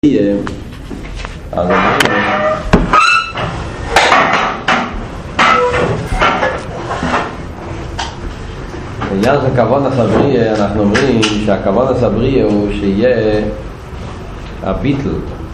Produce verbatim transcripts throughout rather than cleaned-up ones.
אז בעניין של כוון הסבריה אנחנו אומרים שהכוון הסבריה הוא שיהיה הביטל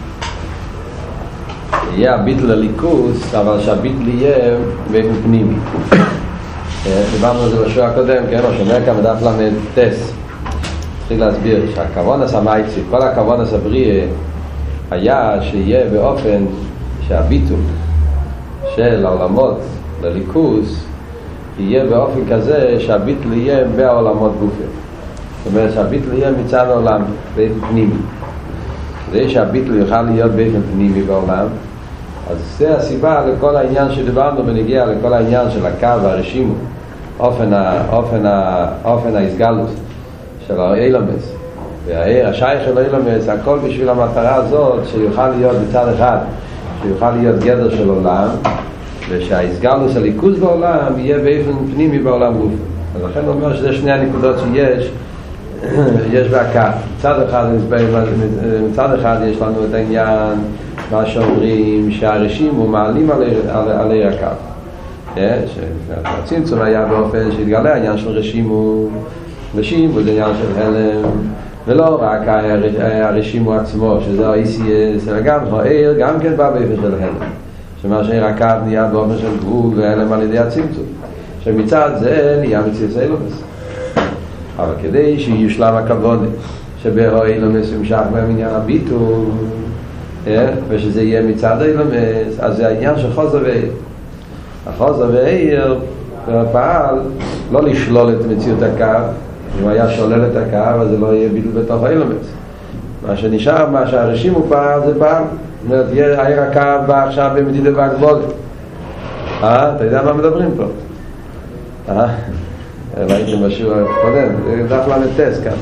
יהיה הביטל לליכוס, אבל שהביטל יהיה באופן פנימי. דיברנו על זה בשבוע הקודם, כן? או שאומר כאן בדף למד טס צריך להסביר שהכוון הסמייצי, כל הכוון הסבריה היה שיהיה באופן שהביטול של העולמות לליכוס יהיה באופן כזה שהביטול יהיה בעולמות גופה. זאת אומרת שהביטול יהיה מצד העולם באופן פנימי. כדי שהביטול יוכל להיות באופן פנימי בעולם, אז זה הסיבה לכל העניין שדיברנו בנגיע לכל העניין של הקו והרשימו, אופן, אופן, אופן ההסגלות של האילומס והעיר השייך של האילומס, הכל בשביל המטרה הזאת שיוכל להיות בצד אחד, שיוכל להיות גדר של עולם, ושההסגלות של הליכוז בעולם יהיה באופן פנימי בעולם גוף. אז לכן הוא אומר שזה שני הנקודות שיש יש בהקו. מצד אחד, מצד אחד יש לנו את העניין מה שאומרים שהרשימו מעלים על, על, על עיר הקו, שהצמצום היה באופן שהתגלה העניין של רשימו רשימו זה עניין של הלם, ולא רק הרשימו עצמו שזה ה-אי סי אס, אלא גם העיר גם כן בא באופן של הלם, שמה שעיר הקו נהיה באופן של גבול והלם על ידי הצמצום, שמצד זה נהיה מציאות האילומס. אבל כדי שיושלם הכוונה שבו האילומס ימשך במניין הביטול ושזה יהיה מצד האילומס, אז זה העניין של חוזר ועיר. החוזר ועיר פעל לא לשלול את מציאות הקו. אם היה שולל את הקו אז זה לא יהיה ביטול בתוך האילומס. מה שנשאר, מה שהרשימו פעל זה פעל. זאת אומרת, העיר הקו בא עכשיו במדידה והגבולת. אה? אתה יודע מה מדברים פה? אה? ראיתם בשיעור הקודם, זה דף למטס כאן.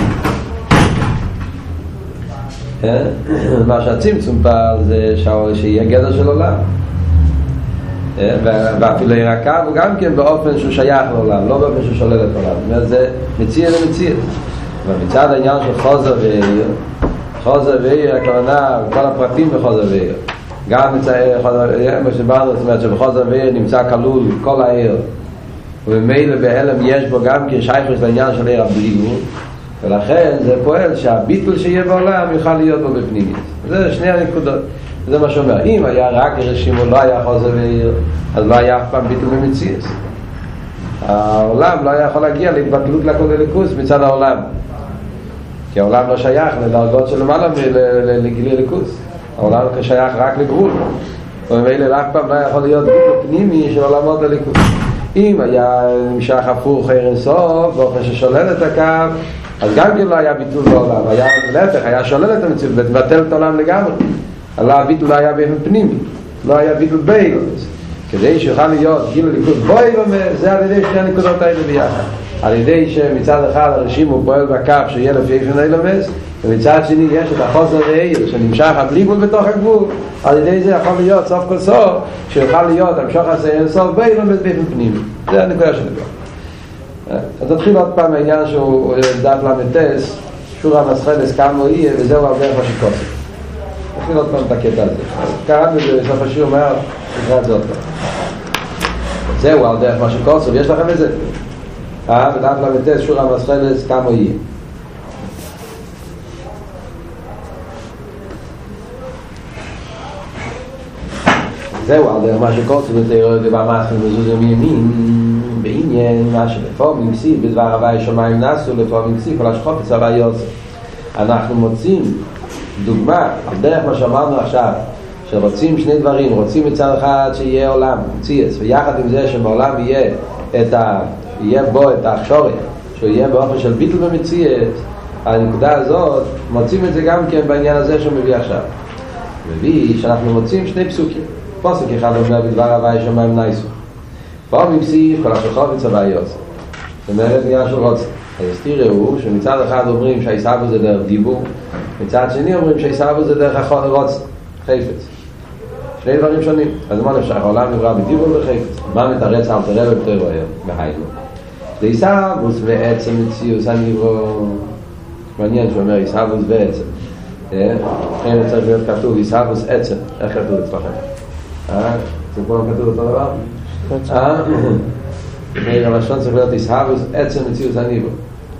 מה שהצמצום פעל זה שיהיה גדר של עולם, ואפילו עיר הקו הוא גם כן באופן שהוא שייך לעולם, לא באופן שהוא שולל את העולם. זאת אומרת, זה מציע למציע. ומצד העניין של חוזר ועיר, חוזר ועיר הכוונה כל הפרטים בחוזר ועיר, גם מה שדיברנו, זאת אומרת שבחוזר ועיר נמצא כלול כל העיר, ובמילא בהלם יש בו גם כשייכות לעניין של עיר הבלי גבול, ולכן זה פועל שהביטול שיהיה בעולם יוכל להיות בו בפנימית. זה שני הנקודות. זה מה שאומר, אם היה רק רשימו לא היה חוזר ועיר, אז לא היה אף פעם ביטול במציאות. העולם לא היה יכול להגיע להתבטלות לכל הליכוס מצד העולם, כי העולם לא שייך לדרגות של למעלה לגילי ליכוס. העולם שייך רק לגבול, ובמילא אף פעם לא יכול להיות ביטול פנימי של עולמות הליכוס. אם היה נמשך הפוך עיר אינסוף באופן ששולל את הקו, אז גם כן לא היה ביטול בעולם, היה להפך, היה שולל את המציאות ובטל את העולם לגמרי. הביטול לא היה באופן פנימי, לא היה ביטול באילומס. כדי שיוכל להיות גיל הליכוז באילומס, זה על ידי שני הנקודות האלה ביחד. על ידי שמצד אחד הרשימו פועל בקו שיהיה לפי אופן האילומס, ומצד שני יש את החוזר העיר שנמשך בלי גבול בתוך הגבול. על ידי זה יכול להיות סוף כל סוף שיוכל להיות המשוך הזה אינסוף באילומס באופן פנימי. זה הנקודה של דבר. אז נתחיל עוד פעם העניין שהוא דף למטס שורה מסחלס כמה יהיה, וזהו הרבה מה שקוסם. נתחיל עוד פעם את הקטע הזה. קראנו את זה בסוף השיר אומר נקרא את זה עוד פעם. זהו על דרך מה שקוסם, יש לכם את זה? אה, בדף למטס שורה מסחלס כמה יהיה. זהו על דרך מה שקוסם ותראה דבר מאחר מזוז מימין בעניין מה שלפעמים כסיב בדבר הווי שמיים נסו לפעמים כסיב כל השחופץ הווי יוסף. אנחנו מוצאים דוגמה על דרך מה שאמרנו עכשיו שרוצים שני דברים, רוצים מצד אחד שיהיה עולם מציאס, ויחד עם זה שבעולם יהיה, את ה... יהיה בו את ההכשורת שהוא יהיה באופן של ביטל במציאס. הנקודה הזאת מוצאים את זה גם כן בעניין הזה שהוא מביא עכשיו. מביא שאנחנו מוצאים שני פסוקים. פסוק אחד אומר בדבר הווי שמיים נסו פעמים כסיב כל השחופץ הווי יוסף. זאת אומרת עניין של רוצה. אז תראו שמצד אחד אומרים שהעיסבו זה דרך דיבור, מצד שני אומרים שהעיסבו זה דרך רוצה, חפץ. שני דברים שונים. אז מה נפשך? העולם נברא בדיבור וחפץ. מה מתרץ על תראה ובתראה היום? בהיינו. זה עיסבוס ועצם מציאוס הנברא. מעניין שאומר עיסבוס ועצם. לכן צריך להיות כתוב איסהבוס עצם. איך כתוב אצלכם? אה? זה פה כתוב אותו דבר? אה? הלשון צריך להיות איסהבוס עצם מציאות הניבו.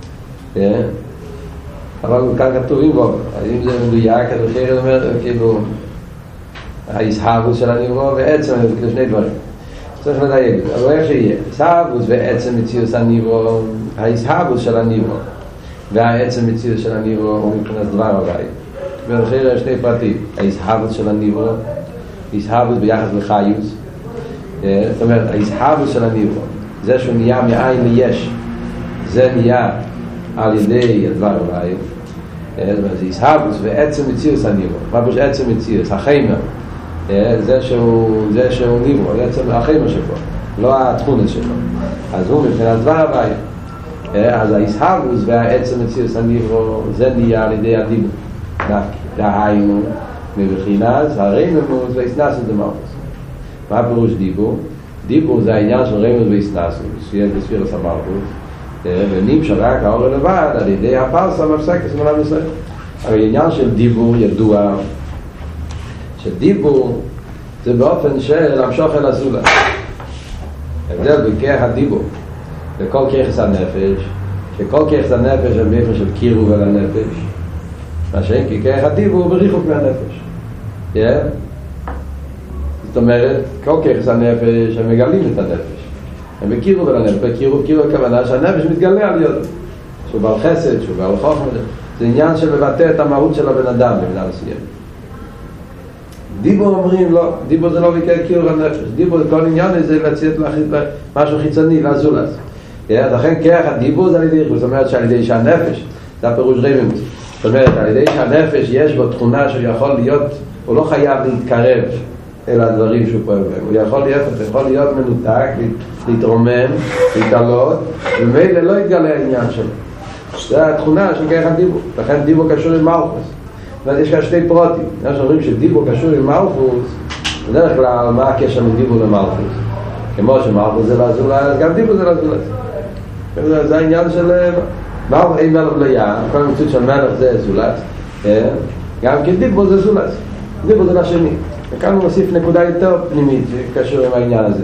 אבל כאן כתוב אם בו, אם זה מדויק, אז אחרי זה אומר כאילו האיסהבוס של הניבו ועצם, כאילו שני דברים. צריך לדייק, אבל איך שיהיה איסהבוס ועצם מציאות הניבו, האיסהבוס של הניבו והעצם מציאות של הניבו הוא מבחינת דבר הוואי. ולכן יש שני פרטים, האיסהבוס של הניבו, איסהבוס ביחס לחיוס. זאת אומרת, האיסהבוס של הניבו, זה שהוא נהיה מאין ליש, זה נהיה על ידי הדבר הוואי. זה איסהבוס ועצם מציאות הניבו. מה פשוט עצם מציאות? החיימר. זה שהוא, זה שהוא ניבו, עצם החיימר שלו, לא התכונה שלו. אז הוא מבחינת דבר הוואי. אז האיסהבוס והעצם מציאות הניבו, זה נהיה על ידי הדיבור. דהיינו מבחינת הרממות והאיסנסות דמלכות. מה פירוש דיבור? דיבור זה העניין של רממות והאיסנסות, שיהיה בספירת המלכות, ונמשל רק האור לבד על ידי הפרסה המפסקת של עולם ישראל. אבל העניין של דיבור ידוע, שדיבור זה באופן של למשוך אל הזולת. ההבדל בכך הדיבור וכל כיחס הנפש, שכל כיחס הנפש הם באופן של קירוב אל הנפש, מה שאין כי כך הדיבור בריחוק מהנפש. yeah? זאת אומרת, כל כיחס הנפש הם מגלים את הנפש, הם בקירוב אל הנפש. בקירוב, קירוב הכוונה שהנפש מתגלה על ידו, שהוא בעל חסד, שהוא בעל חוכמה. זה עניין שמבטא את המהות של הבן אדם במידה מסוימת. דיבור אומרים לא, דיבור זה לא ביקר קירוב הנפש, דיבור כל עניין זה לצאת משהו חיצוני, לזולת. אז לכן כך הדיבור זה על ידי, זאת אומרת שעל ידי שהנפש, זה הפירוש רממות. זאת אומרת, על ידי שהנפש יש בו תכונה שהוא יכול להיות, הוא לא חייב להתקרב אל הדברים שהוא פועל בהם. הוא יכול להיות, הוא יכול להיות מנותק, להתרומם, להתעלות, ומילא לא יתגלה העניין שלו. זה התכונה של כך הדיבור. לכן דיבור קשור עם מלכות. זאת אומרת, יש כאן שתי פרוטים. יש אומרים שדיבור קשור עם מלכות, בדרך כלל מה הקשר מדיבור למלכות? כמו שמלכות זה לזולת, אז גם דיבור זה לזולת. זה העניין של מלך, אין מלך לא ים, כל המציאות של מלך זה זולת, גם כן דיבור זה זולת, דיבור זה לשני. וכאן הוא מוסיף נקודה יותר פנימית שקשור עם העניין הזה.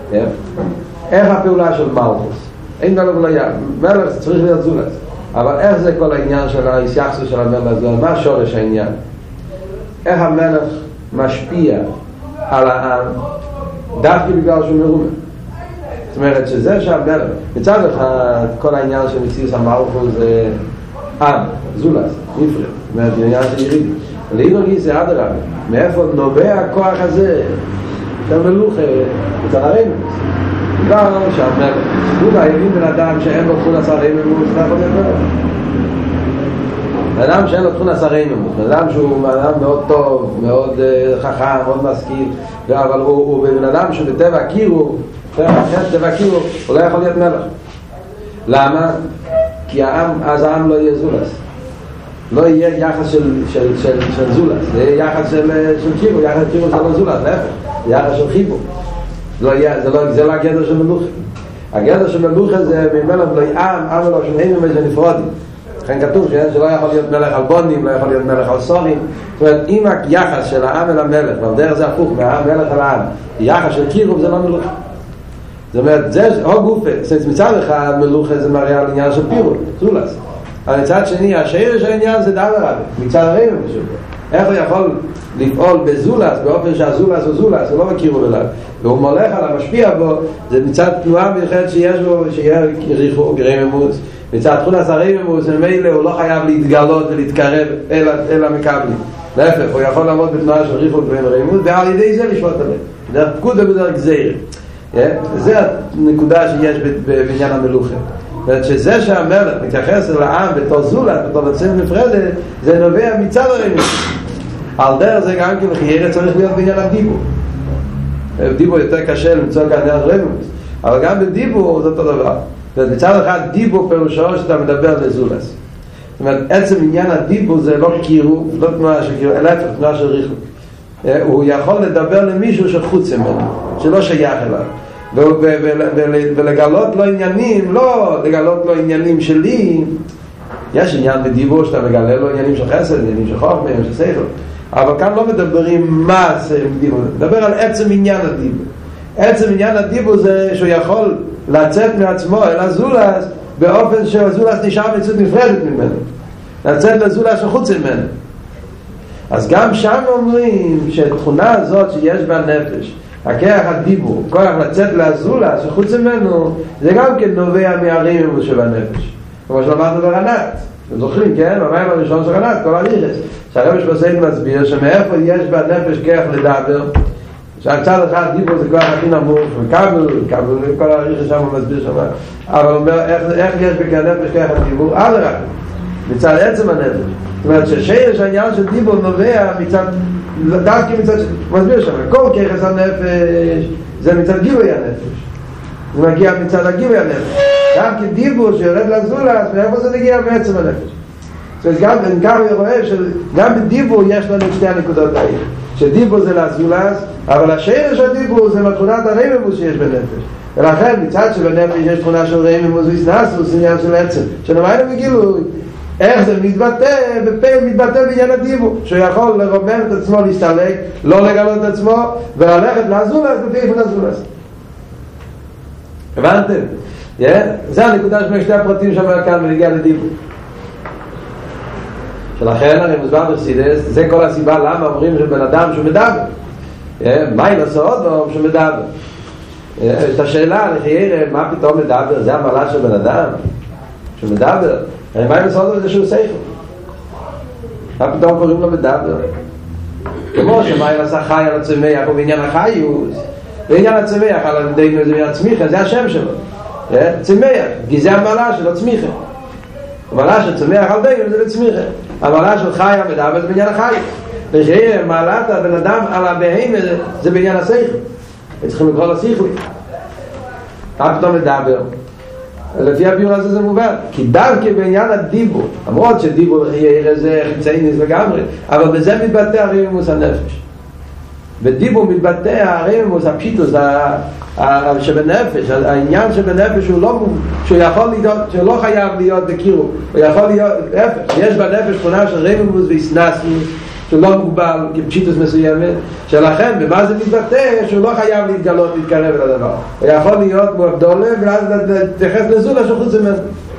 איך הפעולה של מלכות? אין מלך לא ים, מלך צריך להיות זולת, אבל איך זה כל העניין של ההתייחסות של המלך הזה? מה שורש העניין? איך המלך משפיע על העם דווקא בגלל שהוא מרומם? זאת אומרת שזה שהמלך, מצד אחד כל העניין של מציאות המלכות זה עם, זולת, נפרד, זאת אומרת העניין של ירידי. להידורגי זה עד הרב, מאיפה נובע הכוח הזה של מלוכה מצד הרממות? בגלל שהמלך, הוא להבין בן אדם שאין לו תכון עשר רממות, זה יכול להיות מלך. בן אדם שאין לו תכון עשר רממות, בן אדם שהוא בן אדם מאוד טוב, מאוד חכם, מאוד משכיל, אבל הוא בן אדם שבטבע קירו, טבע קירו, הוא לא יכול להיות מלך. למה? כי העם, אז העם לא יהיה זולת. לא יהיה יחס של, של, של, של זולת, זה יהיה יחס של, של קירו, יחס של קירו זה לא זולת, להפך, זה יחס של חיבור. זה לא, יהיה, זה לא, זה לא הגדר של מלוכה. הגדר של מלוכה זה ממלך לא עם, עם ולא של אימים וזה נפרודים. לכן כתוב שלא יכול להיות מלך על בונים, לא יכול להיות מלך על סורים. זאת אומרת, אם היחס של העם אל המלך, והדרך זה הפוך מהמלך על העם, יחס של קירוב זה לא מלוכה. זאת אומרת, זה או גופה, מצד אחד מלוכה זה מראה על עניין של פירוד, זולס. אבל מצד שני, השאיר של העניין זה דבר רבי, מצד הרעים משהו. איך הוא יכול לפעול בזולס, באופן שהזולס הוא זולס, הוא לא מכירו אליו, והוא מולך עליו, משפיע בו, זה מצד תנועה מיוחדת שיש בו, שיהיה ריחוק, רממות, מצד תכונס הרממות, ממילא הוא לא חייב להתגלות ולהתקרב אל, אל המקבלים. להפך, הוא יכול לעמוד בתנועה של ריחוק ורממות, ועל ידי זה לשפוט עליהם. דרך פקודה בדרך גזירה. זה הנקודה שיש בעניין המלוכה. זאת אומרת שזה שהמלך מתייחס אל העם בתור זולת, בתור עצם נפרדת, זה נובע מצד הרממות. על דרך זה גם כן חיירת צריך להיות בעניין הדיבור. דיבור יותר קשה למצוא כאן עניין רממות, אבל גם בדיבור זה אותו דבר. מצד אחד דיבור פירושו שאתה מדבר לזולת. זאת אומרת, עצם עניין הדיבור זה לא קירוב, לא תנועה של קירוב, אלא תנועה של ריחוק. הוא יכול לדבר למישהו שחוץ ממנו, שלא שייך אליו, ולגלות לו עניינים, לא לגלות לו עניינים שלי, יש עניין בדיבור שאתה מגלה לו עניינים של חסד, עניינים של חוכמה, עניינים של שכל, אבל כאן לא מדברים מה זה דיבור, מדבר על עצם עניין הדיבור. עצם עניין הדיבור זה שהוא יכול לצאת מעצמו אל הזולס באופן שהזולס נשאר מציאות נפרדת ממנו, לצאת לזולס שחוץ ממנו. אז גם שם אומרים שהתכונה הזאת שיש בנפש, הכוח הדיבור, כוח לצאת לזולס שחוץ ממנו, זה גם כן נובע מהרימוס שבנפש, כמו שלמדנו ברנת. אתם זוכרים, כן? במים הראשון של רנת, כל הריחס שהרבש בסייד מסביר שמאיפה יש בנפש כוח לדבר, שהצד אחד דיבור זה כוח הכי נמוך, וכבל, כבל, כל הריחס שם הוא מסביר שם, אבל הוא אומר איך, איך יש בנפש כוח הדיבור? עד רק מצד עצם הנפש. זאת אומרת ששרש העניין של דיבור נובע מצד, דווקא מצד, מסביר שם, כל כיחס הנפש זה מצד גילוי הנפש, זה מגיע מצד הגילוי הנפש. גם כדיבור שיורד לזולס, מאיפה זה מגיע בעצם הנפש. זאת אומרת, גם, גם אני רואה שגם בדיבור יש לנו שתי הנקודות האלה, שדיבור זה לזולס, אבל השרש הדיבור זה מתכונת הרממוס שיש בנפש. ולכן מצד שבנפש יש תכונה של רממוס ויסנסוס, זה עניין של עצם, שנאמרנו בגילוי איך זה מתבטא, בפה מתבטא בעניין הדיבור, שהוא יכול לרומם את עצמו, להסתלק, לא לגלות את עצמו, וללכת לזולס בפייפון הזולס. הבנתם? Yeah. זה הנקודה שבין שתי הפרטים שאומר כאן ולהגיע לדיבור. שלכן הרי מוסבר בחסידות, זה כל הסיבה למה אומרים שבן אדם שהוא מדבר. Yeah. מה היא לעשות או שהוא מדבר? Yeah. את השאלה, לחייר, מה פתאום מדבר? זה המעלה של בן אדם שהוא מדבר. מה היא לעשות זה שהוא שכל. מה פתאום קוראים לו מדבר? כמו שמה היא לעשה חי על הצמח או בעניין החיוס, בעניין הצמח על ידינו זה בעניין צמיחה, זה השם שלו. צמח, כי זה המעלה של הצמיחה. המעלה של צמח על דינו זה לצמיחה. המעלה של חי המדבר זה בעניין החי. ושיהיה מעלת הבן אדם על הבהמה זה בעניין השכל. צריכים לקרוא לשכל. מה פתאום מדבר? לפי הביור הזה זה מובן, כי דווקא בעניין הדיבור, למרות שדיבור יהיה איזה חיצייניס לגמרי, אבל בזה מתבטא הרממוס הנפש. בדיבור מתבטא הרממוס הפשיטוס שבנפש, העניין שבנפש הוא לא, שהוא יכול להיות, שהוא לא חייב להיות בקירוב, הוא יכול להיות, אפס, יש בנפש תכונה של רממוס והסנסוס, שהוא לא מוגבל כפשיטוס מסוימת, שלכן במה זה מתבטא שהוא לא חייב להתגלות, להתקרב אל הדבר, הוא יכול להיות מואבדולה ואז להתייחס לזולה שחוץ ממנו.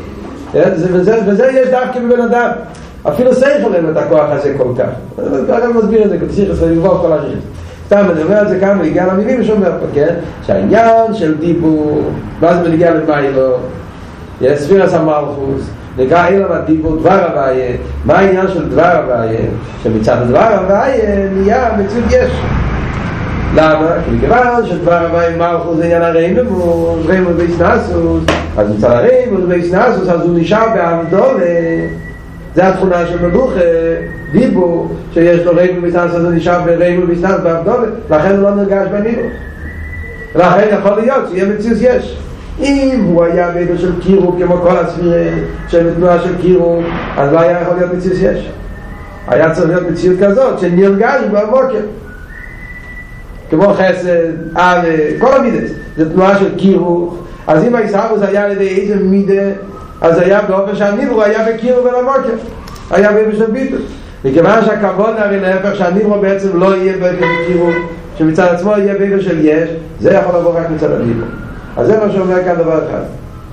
וזה, וזה יש דווקא בבן אדם, אפילו שכל אין את הכוח הזה כל כך. אני מסביר את זה, צריך לבוא כל הריחס. סתם אני אומר את זה כאן ולהגיע למילים שאומר פה, כן? שהעניין של דיבור, ואז מנגיע למיילו, יש ספירס המלכוס, נקרא אילם הדיבור דבר הוויה. מה העניין של דבר הוויה? שמצד דבר הוויה נהיה מציאות יש. למה? כי מכיוון שדבר הוויה מלכוס זה עניין הרממוס, רממוס והסנסוס, אז מצד הרממוס והסנסוס אז הוא נשאר בעבדולה. זה התכונה של מלוכה, דיבור, שיש לו רממוס והסנסוס אז הוא נשאר ברממוס והסנסוס בעבדולה, לכן הוא לא נרגש בניבור. לכן יכול להיות שיהיה מציאות יש. אם הוא היה בעידו של קירוב כמו כל הספירה של תנועה של קירוב, אז לא היה יכול להיות מציאות יש. היה צריך להיות מציאות כזאת שנרגש במוקר כמו חסד, אהבה, כל המידס זה תנועה של קירוב. אז אם הישאבוס היה על ידי איזה מידה, אז היה באופן שהניברו היה בקירוב ולמוקר, היה בעידו של ביטוס. מכיוון שהכבוד הרי להפך שהניברו בעצם לא יהיה בעידו של קירוב, שמצד עצמו יהיה בעידו של יש, זה יכול לבוא רק מצד הניברו. אז זה מה שאומר כאן דבר אחד.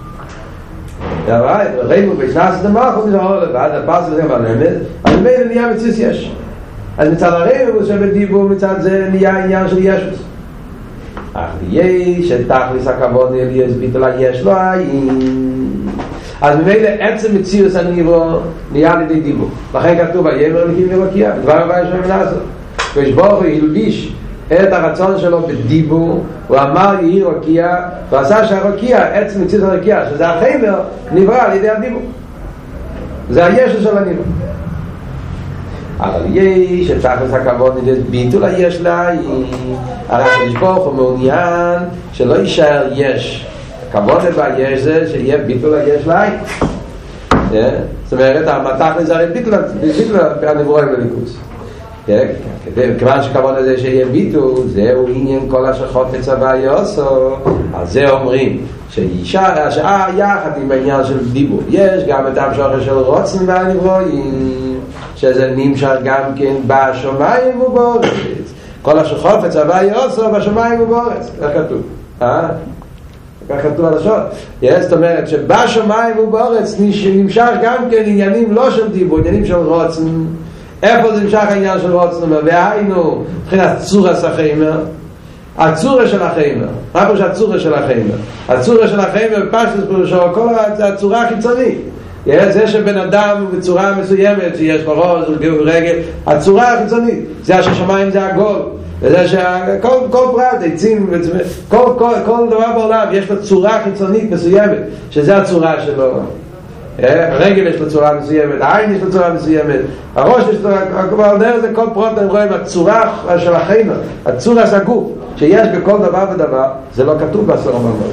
ראינו בהסנסות המלכות נשאר לבד, הפרס וזה מלמד, אז מילא נהיה מציאות יש. אז מצד הרממוס שבדיבור, מצד זה נהיה עניין של ישוס. אך יש שתכליס הכבוד יש ביטול היש לא אין. אז ממילא עצם מציאות הניברו נהיה לידי דיבור. לכן כתוב ויאמר אלוקים אלוקיה, דבר הבא יש ממנה הזאת. כשברוך הוא ילביש את הרצון שלו בדיבור, הוא אמר יהי רוקיע, ועשה שהרוקיע, עצם מציאות הרוקיע, שזה החמר, נברא על ידי הדיבור. זה הישו של הניבור. אבל יש את תכלס הכבוד נדעת ביטול היש לה, הרי כשברוך הוא מעוניין שלא יישאר יש. הכבוד ביש זה שיהיה ביטול היש לה. זאת אומרת, המתכלס זה הרי ביטול הנברואים בליכוס. כיוון שכמובן הזה שיהיה ביטול, זהו עניין כל אשר חופץ הוואי יעשו. אז זה אומרים שהשעה יחד עם העניין של דיבור יש גם את המשוחר של רוצן והנברואים, שזה נמשך גם כן בשמיים ובארץ. כל אשר חופץ הוואי יעשו בשמיים ובארץ. איך כתוב? אה? כך כתוב על השעות. זאת אומרת שבשמיים ובארץ נמשך גם כן עניינים לא של דיבור, עניינים של רוצן. איפה זה נמשך העניין של רוצן? והיינו מבחינת צורה סחיימר, הצורה של החיימר. מה פה שהצורה של החיימר? הצורה של החיימר פשטוס פירושו כל הצורה החיצונית. זה שבן אדם בצורה מסוימת שיש לו ראש ורגל, הצורה החיצונית זה השמיים, זה עגול, וזה שכל כל פרט, עצים, כל, כל, כל דבר בעולם יש לו צורה חיצונית מסוימת, שזה הצורה שלו. הרגל יש לו צורה מסוימת, העין יש לו צורה מסוימת, הראש יש לו, אבל דרך זה כל פרוט אני רואה עם הצורה של החיים, הצורה הסגוף שיש בכל דבר ודבר. זה לא כתוב בעשור המאמרות.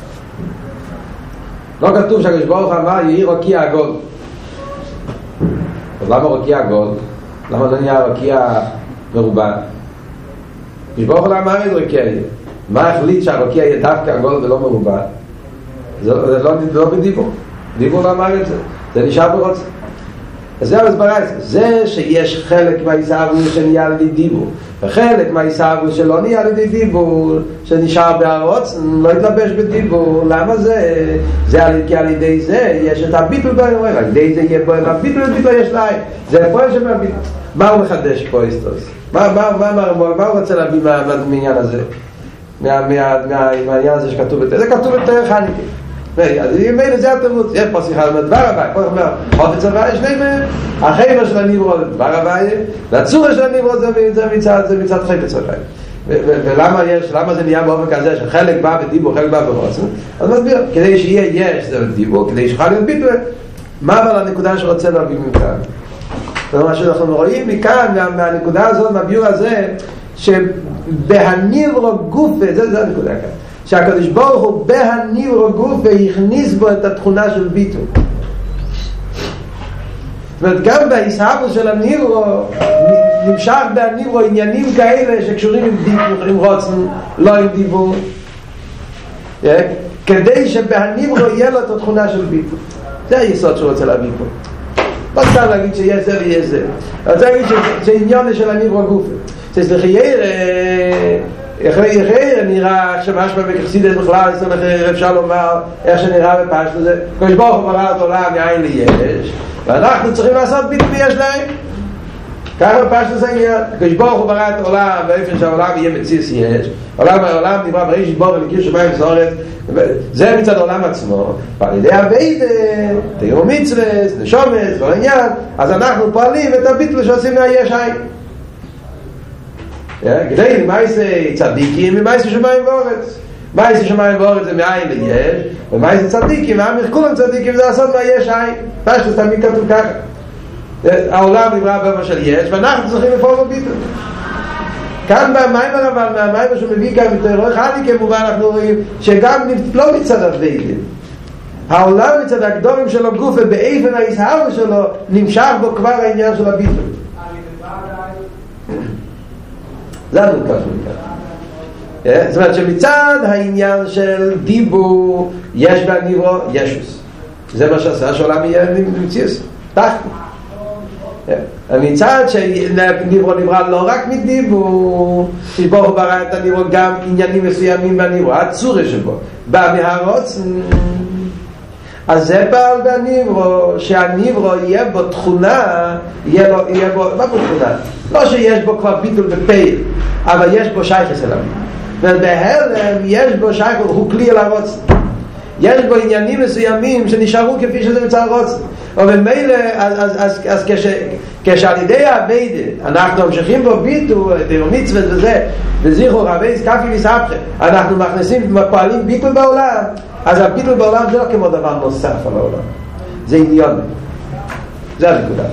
לא כתוב שהקדוש ברוך אמר יהי רקיע עגול. אז למה רקיע עגול? למה לא נהיה רקיע מרובע? הקדוש ברוך הוא אמר את רקיע. מה החליט שהרקיע יהיה דווקא עגול ולא מרובע? זה לא, לא בדיבור. דיבור לא אמר את זה. זה נשאר ברוצן. אז זה הסברה. זה שיש חלק מהעיסאוווס שנהיה על ידי דיבור, וחלק מהעיסאוווס שלא נהיה על ידי דיבור, שנשאר בהרוצן, לא יתלבש בדיבור. למה זה? זה על, כי על ידי זה יש את הביטול בו, על ידי זה יהיה בו, הביטול ביטול יש להם. זה הפועל שמהביטול. מה הוא מחדש פה איסטוס? מה, מה, מה, מה, מה הוא רוצה להביא מהעניין הזה? מה, מה, מה, מהעניין הזה שכתוב בתאר? זה כתוב בתאר חניקה. אז אם אין לזה התירוץ, יש פה שיחה על דבר הבא, פה אומר, חופץ הוואי שני מהם, החיימר של הניברו זה דבר הבא, והצורה של הניברו זה מצד, זה מצד חפץ הוואי. ולמה יש, למה זה נהיה באופן כזה שחלק בא בדיבור, חלק בא ברוצן? אז מסביר, כדי שיהיה יש זה דיבור, כדי שיוכל להיות ביטוי. מה אבל הנקודה שרוצה להביא מכאן? זאת אומרת שאנחנו רואים מכאן, מהנקודה הזאת, מהביור הזה, שבהניברו גופה, זה, זה הנקודה כאן. שהקדוש ברוך הוא בהניברו גוף והכניס בו את התכונה של ביטול. זאת אומרת, גם בהיסהבוס של הניברו נמשך בהניברו עניינים כאלה שקשורים עם דיבור, עם רוצן, לא עם דיבור, כדי שבהניברו יהיה לו את התכונה של ביטול. זה היסוד שרוצה להביא פה. לא סתם להגיד שיש זה ויש זה. אני רוצה להגיד שזה עניין של הניברו גוף. שסלחייר אחרי אחרי נראה שמשמע בכחסידות בכלל, אפשר לומר איך שנראה בפשט הזה. הקדוש ברוך הוא ברא את העולם מאין ליש, ואנחנו צריכים לעשות ביטול יש להם. ככה בפשט הזה עניין. הקדוש ברוך הוא ברא את העולם באופן שהעולם יהיה מציאס יש. העולם העולם נברא בראשית ברא ולקיר שמיים וזוהרת. זה מצד העולם עצמו. ועל ידי עבודה, תיאור מצוות, נשומות, כל העניין. אז אנחנו פועלים את הביטול שעושים מהיש עין. כדי למעשה צדיקים ומעשה שמיים ואורץ. מעשה שמיים ואורץ זה מאין ליש, ומעשה צדיקים והאמר כולם צדיקים זה לעשות מהיש עין. פשטוס תמיד כתוב ככה, העולם נברא באופן של יש ואנחנו צריכים לפעול בביטול. כאן במיימר, אבל מהמיימר שהוא מביא כאן בתורה חניקה כמובן אנחנו רואים שגם לא מצד הווידים, העולם מצד הקדומים שלו גוף ובאיפן ההיסהבוס שלו נמשך בו כבר העניין של הביטול. זה הנוקה של מכאן. זאת אומרת שמצד העניין של דיבור יש בניברו ישוס, זה מה שעשה שהעולם יהיה מציאס תחת. מצד שניברו נברא לא רק מדיבור, שברוך הוא ברא את הניברו גם עניינים מסוימים בניברו, הצורה שבו בא מהרוצן. אז זה בעל בניברו, שהניברו יהיה בו תכונה, יהיה, לו, יהיה בו, מה בו תכונה? לא שיש בו כבר ביטול בפייל, אבל יש בו שייכס אליו. ובהלם יש בו שייכס, הוא כלי אל הרוצן. יש בו עניינים מסוימים שנשארו כפי שזה מצד הרוצן. אבל מילא, אז, אז, אז, אז כש, כשעל ידי העבודה אנחנו ממשיכים בו ביטול, תיאור מצוות וזה, וזיכרון רבי כפי מספחם, אנחנו מכניסים, פועלים ביטול בעולם, אז הביטול בעולם זה לא כמו דבר נוסף על העולם, זה עניון. זה הנקודה.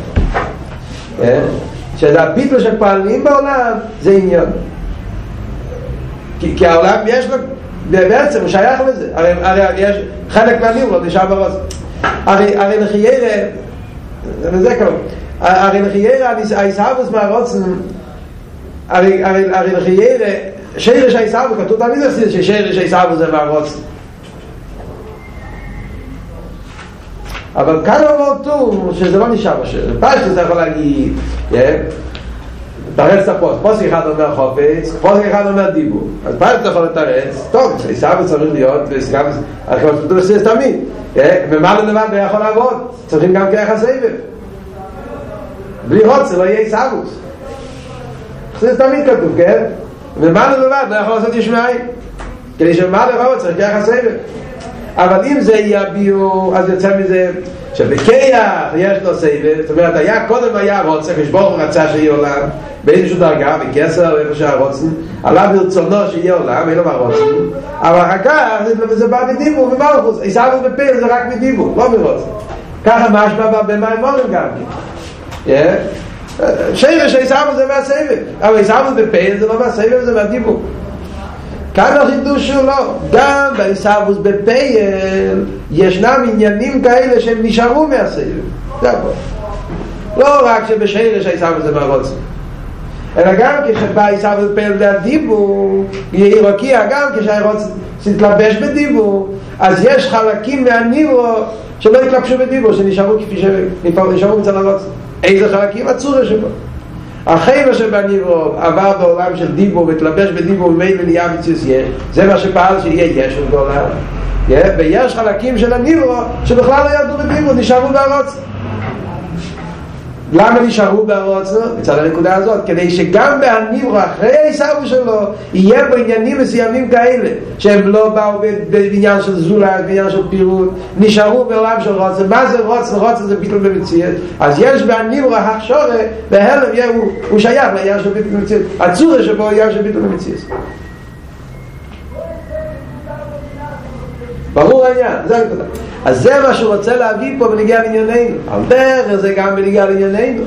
שזה הביטול שפועלים בעולם זה עניון. כי, כי העולם יש לו, בעצם הוא שייך לזה. הרי, הרי יש חלק מהניברו נשאר בראש. הרי, הרי לחיירה, וזה כמו, הרי לחיירה הישאבוס מהרוצן הרי לחיירה שרש הישאבוס כתוב תמיד עשית ששרש הישאבוס זה מהרוצן אבל כאן אמרתו שזה לא נשאר בשרש פשט אתה יכול להגיד תרץ את הפוסט פוסט אחד אומר חופץ פוסט אחד אומר דיבור אז פשט אתה יכול לתרץ טוב הישאבוס צריך להיות וגם אנחנו עושים תמיד ומה לדבר לא יכול לעבוד צריכים גם כרך הסבב בלי רוצה לא יהיה הישאבוס זה תמיד כתוב, כן? ומה לבד, לא יכול לעשות ישמעי כדי שמה לבד צריך כרך הסבב אבל אם זה יביאו אז יוצא מזה שבכיח יש לו סבב זאת אומרת, היה קודם היה רוצה כשבור רצה שיהיה עולם באיזשהו דרגה, בכסר או איפה שהרוצן עליו ברצונו שיהיה עולם, אין לו מה רוצן אבל אחר כך זה בא בדיבור ומלכוס, הישאבוס בפעיל זה רק בדיבור, לא ברוצן ככה משמע במים מורים גם שרש הישאבוס זה מהסבב אבל הישאבוס בפעיל זה לא מהסבב זה מהדיבור כאן החידוש הוא לא גם בהישאבוס בפעיל ישנם עניינים כאלה שהם נשארו מהסבב זה הכל לא רק שבשרש הישאבוס זה מהרוצן אלא גם כשבא הישאבוס בפעיל והדיבור יהיה רקיע גם כשהרוצן תתלבש בדיבור אז יש חלקים מהניברו שלא יתלבשו בדיבור שנשארו כפי שנשארו מצל הרוצן איזה חלקים? הצורה שבו החייבה שבניברו עבר בעולם של דיבור ותלבש בדיבור ומילא נהיה מציאוס יש זה מה שפעל שיהיה יש בעולם ויש חלקים של הניברו שבכלל לא ירדו בדיבור נשארו בהרוצן למה נשארו בהרוצן? מצד הנקודה הזאת כדי שגם בהניברו אחרי הישאבוס שלו יהיה בעניינים מסוימים כאלה שהם לא באו בעניין של זולה בעניין של פירוט נשארו בעולם של רוצן מה זה רוצן? רוצן זה ביטול במציאות אז יש בהניברו החשורה בהלם הוא, הוא שייך לעניין של ביטול במציאות הצורה שבו הוא עניין של ביטול במציאות ברור העניין, זה הנקודה אז זה מה שהוא רוצה להביא פה בנגיע לענייננו על דרך זה גם בנגיע לענייננו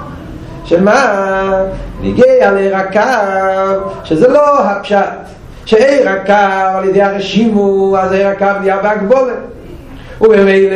שמה? נגיע לרקב שזה לא הפשט שאי רקב על ידי הרשימו אז אי רקב נהיה בהגבולת ובמילא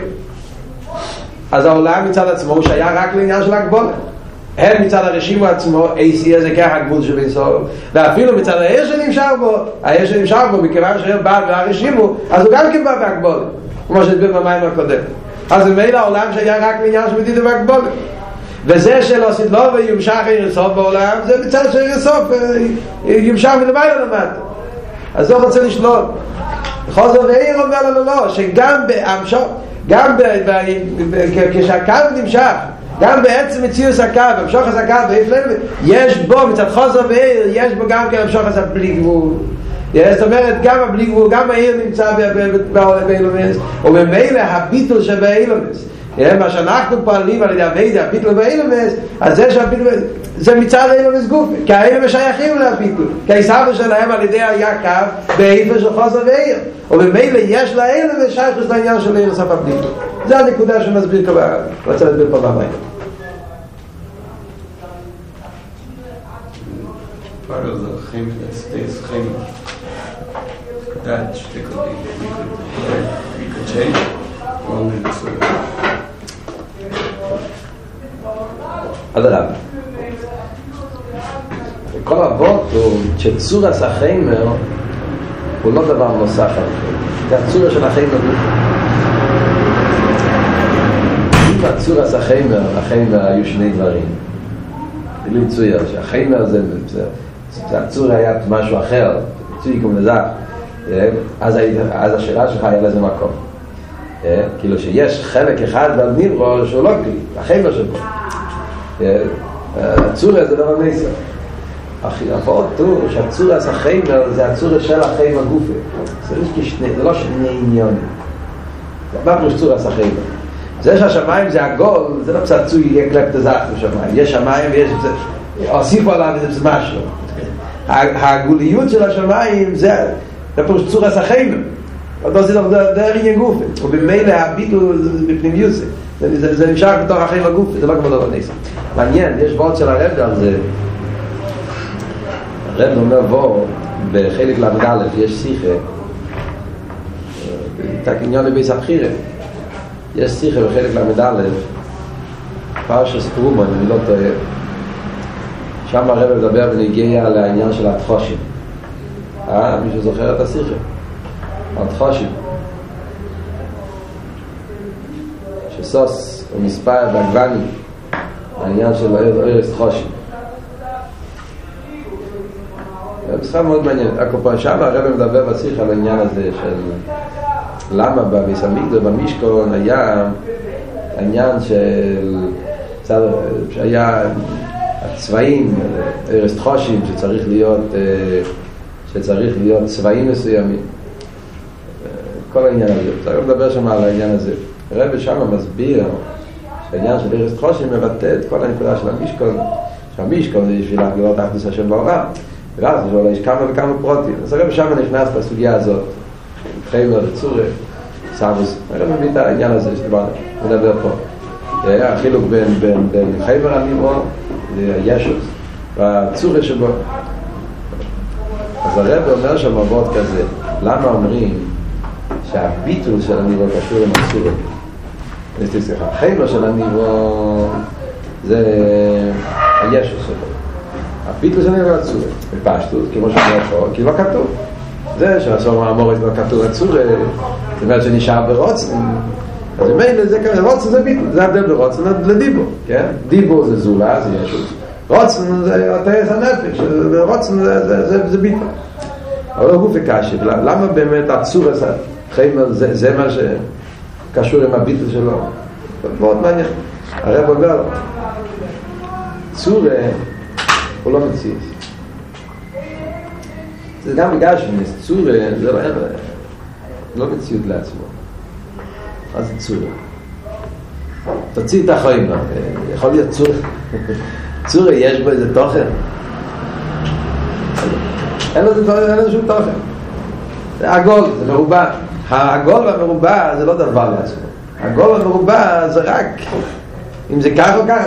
אז העולם מצד עצמו הוא שהיה רק לעניין של הגבולת הם מצד הרשימו עצמו אי זה כך הגבול שביסור ואפילו מצד האש שנמשך בו האש שנמשך בו מכיוון שהם בא והרשימו אז הוא גם כן בא בהגבולת כמו שדבר במים הקודם אז במילא העולם שהיה רק לעניין שמדיד בהגבולת וזה שלא סדלו וימשך ירסוף בעולם זה מצד שירסוף ימשך מלמעלה למטה אז זה רוצה לשלוט חוזר ואיר אומר לנו לא שגם בהמשך גם כשהקו נמשך גם בעצם מציאוס הקו המשוך את הקו יש בו מצד חוזר ואיר יש בו גם כן המשוך את בלי גבול זאת אומרת גם הבלי גבול גם העיר נמצא באילומס ובמילא הביטול שבאילומס מה שאנחנו פועלים על ידי המידע הביטול באילומס אז זה שהביטול זה מצד האילומס גוף כי האילומס שייכים להביטול כי הישאבוס שלהם על ידי היה קו באיפה של חוזר ואיר ובמילא יש לאילומס שייכוס לעניין של עיר סוף הביטול זה הנקודה שמסביר כבר רוצה להסביר פה במים part of the chem stays chem that we could we could we could change only so אדרבה כל אבות הוא שצורה סחיימר הוא לא דבר נוסף על זה הצורה של החיימר אם הצורה סחיימר החיימר היו שני דברים כאילו צויה שהחיימר זה הצורה היה משהו אחר צוי כמו נזק אז השאלה שלך היה לזה מקום כאילו שיש חלק אחד בניברו שהוא לא כלי החיימר שבו הצורה זה דבר ניסה הפעות תראו שהצורה הסחיימר זה הצורה של החיים הגופה זה לא שני עניונים מה פרוש צורה הסחיימר זה שהשמיים זה עגול זה לא פצצוי יהיה קלפט הזך בשמיים יש שמיים ויש הוסיפו עליו זה משהו העגוליות של השמיים זה פרוש צורה הסחיימר זה דרך עניין גופה ובמילא הביטול בפנימיות זה זה נמשך בתוך החיים הגופה זה לא כמו דבר ניסה מעניין יש באות של הרב על זה הרב אומר בו בחלק למד א' יש שיחה תקניון לביס הבחירה יש שיחה בחלק למד א' פרשת תרומה, אני לא טועה, שם הרב מדבר ונגיע על העניין של התחושים. אה? מישהו זוכר את השיחה? התחושים. שסוס הוא מספר בגוונים, העניין של ארץ תחושים. זה שיחה מאוד מעניינת. שם הרב מדבר בשיחה על העניין הזה של למה בביס המקדש במשכן היה העניין של שהיה הצבעים, ארץ תחושים, שצריך להיות שצריך להיות צבעים מסוימים, כל העניין הזה. צריך לדבר שם על העניין הזה. הרב שם מסביר שהעניין של ארץ תחושים מבטא את כל הנקודה של המשכן, שהמשכן זה בשביל הגלות אחדות השם בעולם, ואז יש כמה וכמה פרוטים. אז הרב שם נכנס לסוגיה הזאת, חיימר וצורה, סבוס. הרב מביא את העניין הזה שדיברנו, מדבר פה. החילוק בין, בין, בין חיימר הניברו לישוס והצורה שבו. אז הרב אומר שם עבוד כזה, למה אומרים שהביטול של הניברו קשור עם הצורה? החיימר של הניברו זה הישוס שלו. הביטול של הניברו הצורה. בפשטות, כמו שאומר פה, כי לא כתוב. זה שהסור מאמורית לא כתוב הצורה, זאת אומרת שנשאר ברוצן. אז מילא זה כזה, רוצן זה ביטול, זה הבדל ברוצן לדיבו, כן? דיבו זה זולה, זה ישוס. רוצן זה התאס הנפש, רוצן זה, זה, זה, זה ביטול. אבל הוא וקשי, למה באמת הצורה חיימר זה, זה מה שקשור עם הביטול שלו? מאוד מעניין. הרב אומר, צורה הוא לא מציץ. זה גם בגלל צורה, זה לא, לא מציאות לעצמו. מה זה צורה? תוציא את החיים, יכול להיות צורה. צורה יש בו איזה תוכן. אין לו שום תוכן. זה עגול, זה מרובע. העגול והמרובע זה לא דבר לעצמו. העגול והמרובע זה רק אם זה כך או כך.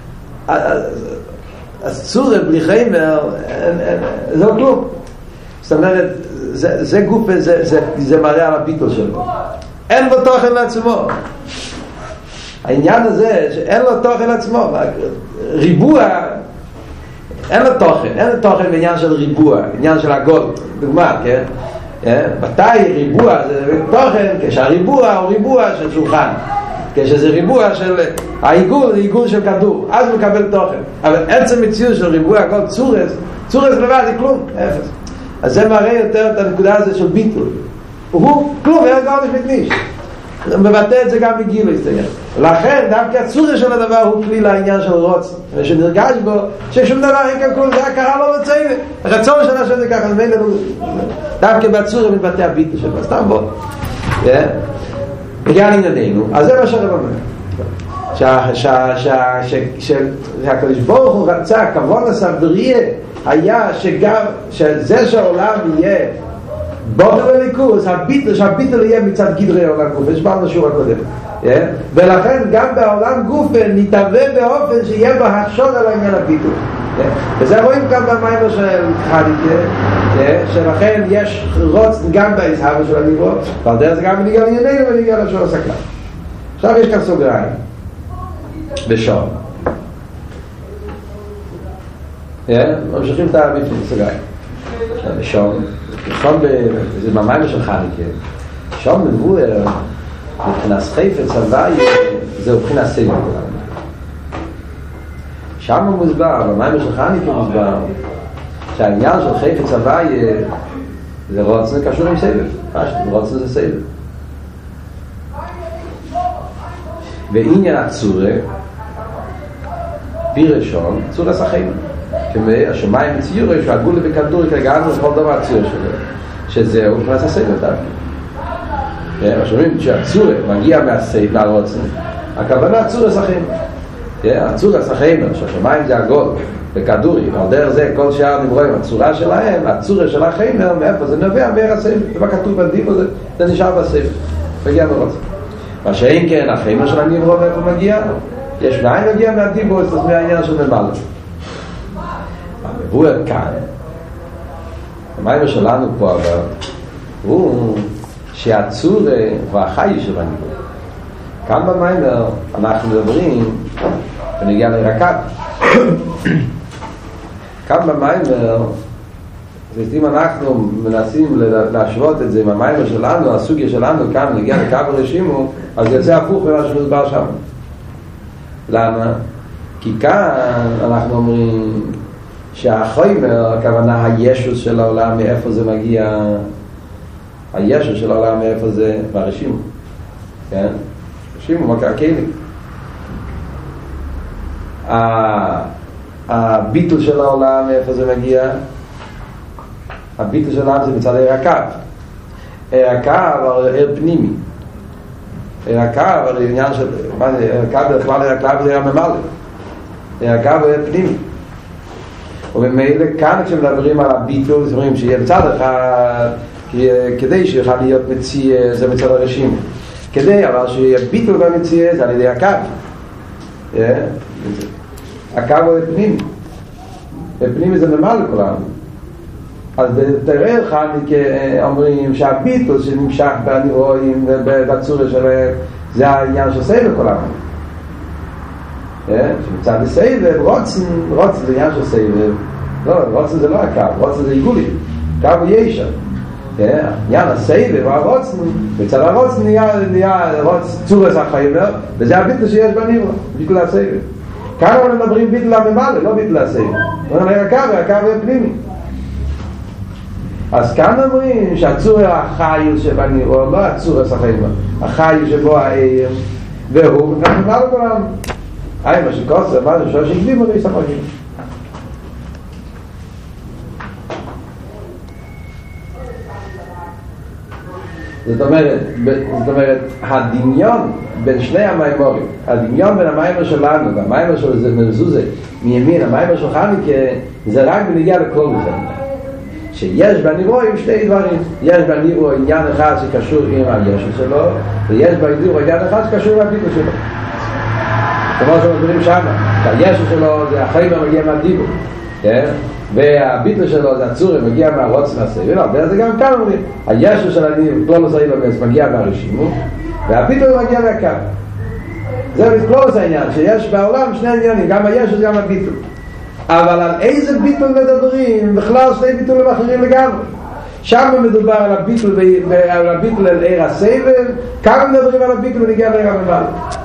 אז צורה בלי חיימר זה לא כלום. זאת אומרת, זה, זה גוף, זה, זה, זה מראה על הביטול שלו. אין לו תוכן לעצמו. העניין הזה שאין לו תוכן לעצמו. ריבוע, אין לו תוכן. אין לו תוכן בעניין של ריבוע, עניין של עגול. דוגמה, כן? מתי ריבוע זה תוכן? כשהריבוע הוא ריבוע של שולחן. כשזה ריבוע של העיגול, זה עיגול של כדור. אז הוא מקבל תוכן. אבל עצם מציאות של ריבוע עגול, צורס, צורס לבד זה כלום, אפס. אז זה מראה יותר את הנקודה הזה של ביטול. הוא כלום, אין גורדש מתניש. מבטא את זה גם בגילו, הסתגל. לכן, דווקא הצורה של הדבר הוא כלי לעניין של רוצן. ושנרגש בו, ששום דבר אין כאן כלום, זה הכרה לא רוצה. הרצון של השם זה ככה, דווקא בצורה מתבטא הביטול שלו. סתם בוא. בגלל ענייננו. אז זה מה שהרב אומר. שהקדוש ברוך הוא רצה, כבון הסבריה, היה שגם, שזה שהעולם יהיה בורא לליכוז, הביטל, שהביטל יהיה מצד גדרי העולם גוף, יש פעם נשור הקודם. ולכן גם בעולם גוף נתהווה באופן שיהיה בה הכשור על העניין הביטל. וזה רואים גם במיימר של חניקה, שלכן יש רוץ גם בהזהב של הניבו, ועל דרך זה גם בניגע לענייננו ונגיע לשור הסקה. עכשיו יש כאן סוגריים בשור. ממשיכים את הביטל סוגריים בשור. שום זה ממש של חניקה. שום מבואר מבחינת חפץ הוואי זה מבחינת סגל. שם הוא מוסבר, ממש של חניקה מוסבר שהעניין של חפץ הוואי זה רוצן קשור עם סבב. רוצן זה סבב. ועניין הצורה פירשון צורה סחים. כמי השמיים מציור יש עגול וכדור כגענו לכל דבר הציור שלו שזהו מבחינת הסבב דווקא. השומעים שהצורה מגיע מהסבב מהרוצן, הכוונה הצורה סחים. הצורה סחים שהשמיים זה עגול וכדורי, על דרך זה כל שאר נברואים הצורה שלהם, הצורה של החיים מאיפה זה נובע מהר הסבב, ומה כתוב בדיבו זה, זה נשאר בסבב מגיע מרוצן. מה שאין כן החיים של הנברוא מאיפה מגיע, יש מאין מגיע מהדיבו, זה מהעניין של ממלא. המבואר כאן המיימר שלנו פה אבל הוא שהצורה והחי של הנברוא. כאן במיימר אנחנו מדברים ונגיע לרקב. כאן במיימר, אם אנחנו מנסים להשוות את זה עם המיימר שלנו, הסוגיה שלנו כאן נגיע לקו הרשימו, אז יוצא הפוך ממה שמדבר שם. למה? כי כאן אנחנו אומרים שהחומר, הכוונה הישוס של העולם, מאיפה זה מגיע, הישוס של העולם מאיפה זה, מהרשימו, כן? רשימו מקרקעינים. הביטול של העולם מאיפה זה מגיע, הביטול של העולם זה מצד עיר הקו. עיר הקו הוא עיר פנימי. עיר הקו הוא עניין של, מה זה, עיר הקו בכלל עיר הקו זה עיר הממלא. עיר הקו הוא עיר פנימי. ובמילא כאן כשמדברים על הביטול, זאת אומרת שיהיה בצד אחד, כדי שיוכל להיות מציע, זה מצד הרשימו. כדי אבל שיהיה ביטול במציע, זה על ידי הקו. הקו הוא פנימי. פנימי זה ממלא כולנו. אז בתראה חניקה אומרים שהביטול שנמשך בנירואים ובצורה שלהם זה העניין של סבב כולנו. שמצד סבב, רוצן, רוצן זה עניין של סבב. לא, רוצן זה לא הקו, רוצן זה עיגולי. קו הוא ישע. עניין הסבב הוא הרוצן, בצד הרוצן נהיה צורס החיימר, וזה הביטול שיש בנירו, ביטול הסבב. כאן אנחנו מדברים ביטול הממלא, לא ביטול הסבב. לא נראה הקו, הקו הוא פנימי. אז כאן אומרים שהצור החיל שבנירו, לא הצור הסחיימה, החיל שבו העיר, והוא נמל כולם. היי, מה שקוסר, מה זה שואל שהקדימו לי סחקים. זאת אומרת, זאת אומרת, הדמיון בין שני המיימורים, הדמיון בין המיימור שלנו והמיימור של זה מזוזה מימין, המיימור של חניקה, זה רק בנגיע לכל זה. שיש בנירואים שתי דברים. יש בנירו עניין אחד שקשור עם הישו שלו, ויש בנירו עניין אחד שקשור עם הביטול שלו. כמו שמסבירים שם, שהישו שלו זה החיימר מגיע מהדיבור, והביטול שלו זה הצורי מגיע מהרוצן הסבב. וזה גם כאן אומרים, הישו של הנירו, כלולוס האילומס, מגיע מהרשימו, והביטול מגיע מהקו. זה כלולוס העניין, שיש בעולם שני עניינים, גם הישו וגם הביטול. אבל על איזה ביטול מדברים? בכלל שני ביטולים אחרים לגמרי. שם מדובר על הביטול על הביטול על עיר הסבב, כאן מדברים על הביטול ונגיע לעיר הממלא.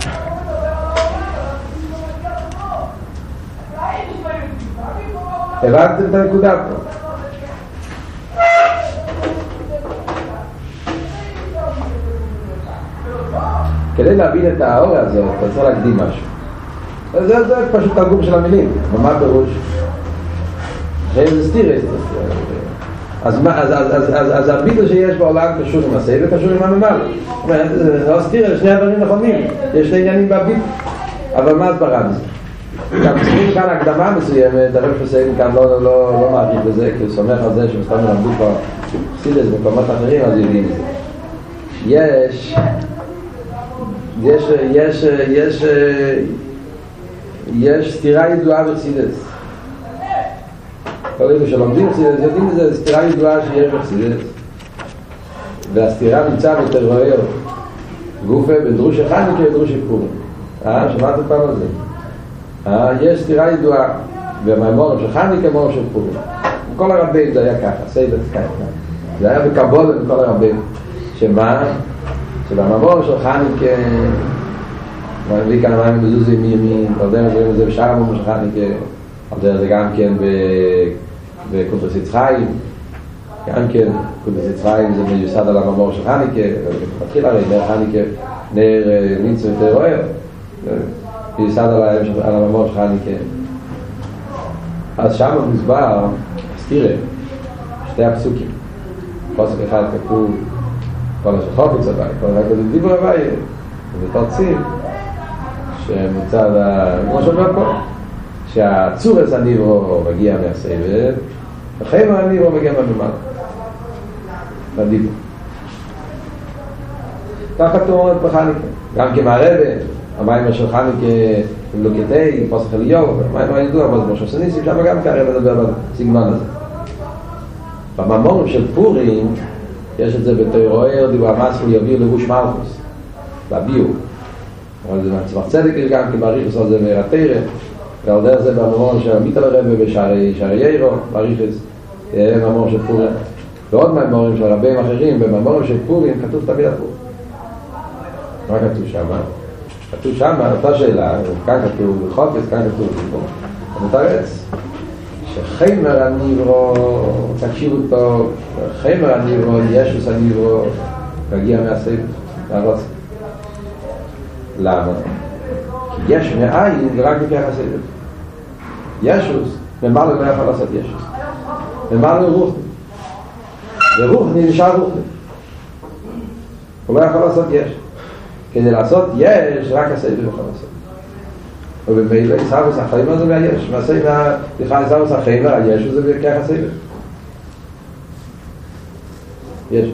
הבנתם את הנקודה פה? כדי להבין את האור הזאת, אתה צריך להקדים משהו. זה, זה פשוט תרגום של המילים, מה פירוש? זה סתיר, אז, אז, אז, אז, אז, אז הביטול שיש בעולם קשור עם הסבב וקשור עם הממלא. זה לא סתיר, שני הדברים נכונים, יש שני עניינים בביטול. אבל מה הסברה בזה? גם צריכים כאן הקדמה מסוימת, הרב חוסאים כאן לא, לא, לא מעריך בזה, כי הוא סומך על זה שמסתם מלמדו כבר חסידות במקומות אחרים, אז יודעים את זה. יש, יש, יש, יש, יש סתירה ידועה בחסידות. כל אלה שלומדים חסידות יודעים את זה, סתירה ידועה שיש בחסידות. והסתירה נמצא בתרוער גופה בדרוש חנוכה ודרוש פורים. אה, שמעתם פעם על זה? אה, יש סתירה ידועה במאמרים של חנוכה ומאמרים של פורים. כל הרבים זה היה ככה, סייבת ככה. זה היה בקבולה בכל הרבים. שמה? שבמאמרים של חנוכה מביא כאן מים מזוזים מימין, על דרך רואים את זה בשאר המאמרים של חנוכה, על דרך זה גם כן בקונטרס יצחיים, גם כן קונטרס יצחיים זה מיוסד על המאמר של חנוכה, מתחיל הרי נר חנוכה, נר ניצו יותר אוהר, מיוסד על המאמר של חנוכה. אז שם מסבר, סתירה, שתי הפסוקים, פסוק אחד כתוב כל השחופץ הבא, כל השחופץ דיבור הבא, ותרצים שמצד, כמו שאומר פה, שהצורס הניברו מגיע מהסבב, החיימר הניברו מגיע מהממלא. בדיבור. ככה תאומרת בחנוכה. גם כמערבה, המיימר של חנוכה עם לוקטי, פסח אליהו, המיימר הידוע, אבל כמו שסניסים, שם גם ככה לדבר בסגנון הזה. במאמרים של פורים, יש את זה בתיאוריה, דיבור המסלול יביא לבוש מלכוס, בביור. אבל זה מצמח צדק יש גם כי מעריך עושה זה מהתרא, ועל דרך זה בממור של עמית על הרב בשערי ירו, מעריך את ממור של פורים. ועוד ממורים של רבים אחרים, בממורים של פורים כתוב תמיד הפור. מה כתוב שם? כתוב שם, אותה שאלה, כאן כתוב חופש, כאן כתוב חיבור. ומתרץ, שחיימר הניברו, תקשיבו טוב, חיימר הניברו, ישוס הניברו, מגיע מהסייב, מהרוץ. למה? כי יש מאין רק בכך הסייב. ישוס, ממלא לא יכול לעשות ישוס. ממלא רוחני. ורוחני נשאר רוחני. הוא לא יכול לעשות יש. כדי לעשות יש, רק הסייב לא יכול לעשות. ובמילא ישאבוס החיימר זה מהיש. מעשה מה... בכלל ישאבוס החיימר, היש זה בכך הסייב. יש.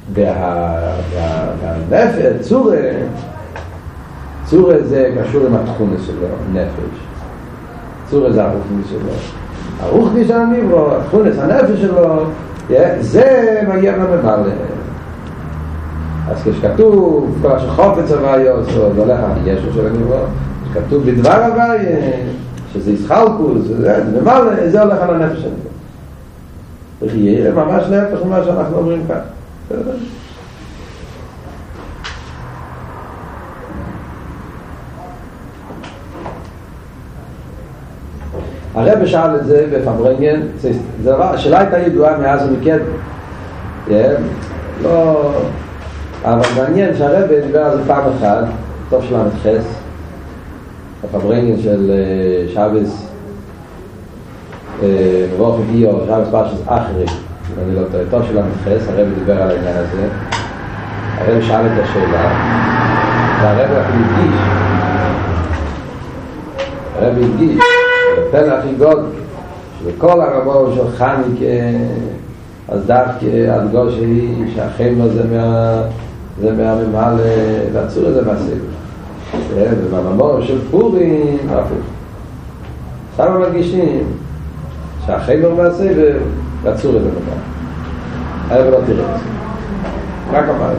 והנפש, צורה, צורה זה קשור עם התכונה שלו, נפש. צורה זה הרוחני שלו. הרוחני של הניברו, התכונס, הנפש שלו, זה מגיע לממלא. אז כשכתוב, כל שחופץ הוויות, זה הולך על ישו של הניברו, כשכתוב בדבר הוויה, שזה ישחלקוס, זה ממלא, זה הולך על הנפש שלו. זה ממש נפש ממה שאנחנו אומרים כאן. הרב שאל את זה בפברנגן, השאלה הייתה ידועה מאז ומקד, לא, אבל מעניין שהרב דיבר על זה פעם אחת, טוב של המתחס, בפברנגן של שבס, מבורך הגיעו, שבס פרשס אחרי, אני לא טועה, טוב של המתחס, הרב דיבר על העניין הזה, הרב שאל את השאלה, והרב אפילו הדגיש, הרב הדגיש, בפן הכי גוד, שבכל הרמור של חניק, אז דווקא הדגול שלי, שהחיימר זה מה... זה מהממל והצור הזה מהסבל. ובממור של פורים, הפוך. שם מרגישים שהחיימר מהסבל והצור הזה ממל. הרב לא תראה את זה. רק אמר.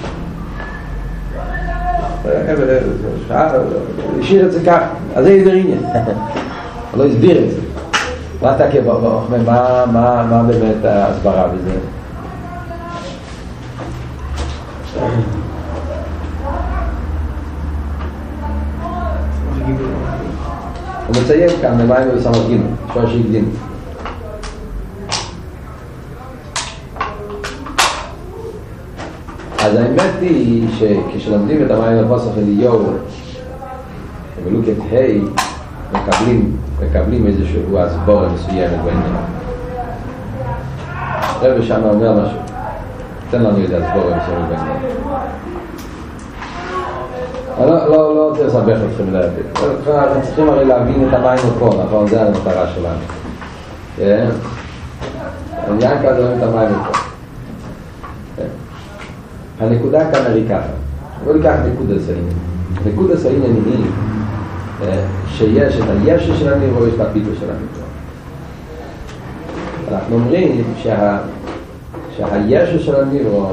השאיר את זה כך, אז זה איזה עניין. לא הסביר את זה. מה אתה כבא, מה באמת ההסברה בזה? הוא מציין כאן במים ובסמכים, שור שהקדים. אז האמת היא שכשלומדים את המים לפוסח אליהו ובלוקת ה' מקבלים, מקבלים איזשהו הסבורה מסוימת בעניין. רב שם אומר משהו, תן לנו איזה הסבורה מסוימת בעניין. אני לא, לא, לא רוצה לסבך אתכם להבין. אנחנו צריכים הרי להבין את המים פה, נכון? זה המטרה שלנו. כן? העניין כאן זה את המים פה. הנקודה כאן הרי ככה. בואו ניקח נקודה סעין. נקודה סעין היא שיש את הישו של הניברו, יש את הפיתו של הניברו. אנחנו אומרים שה, שהישו של הניברו,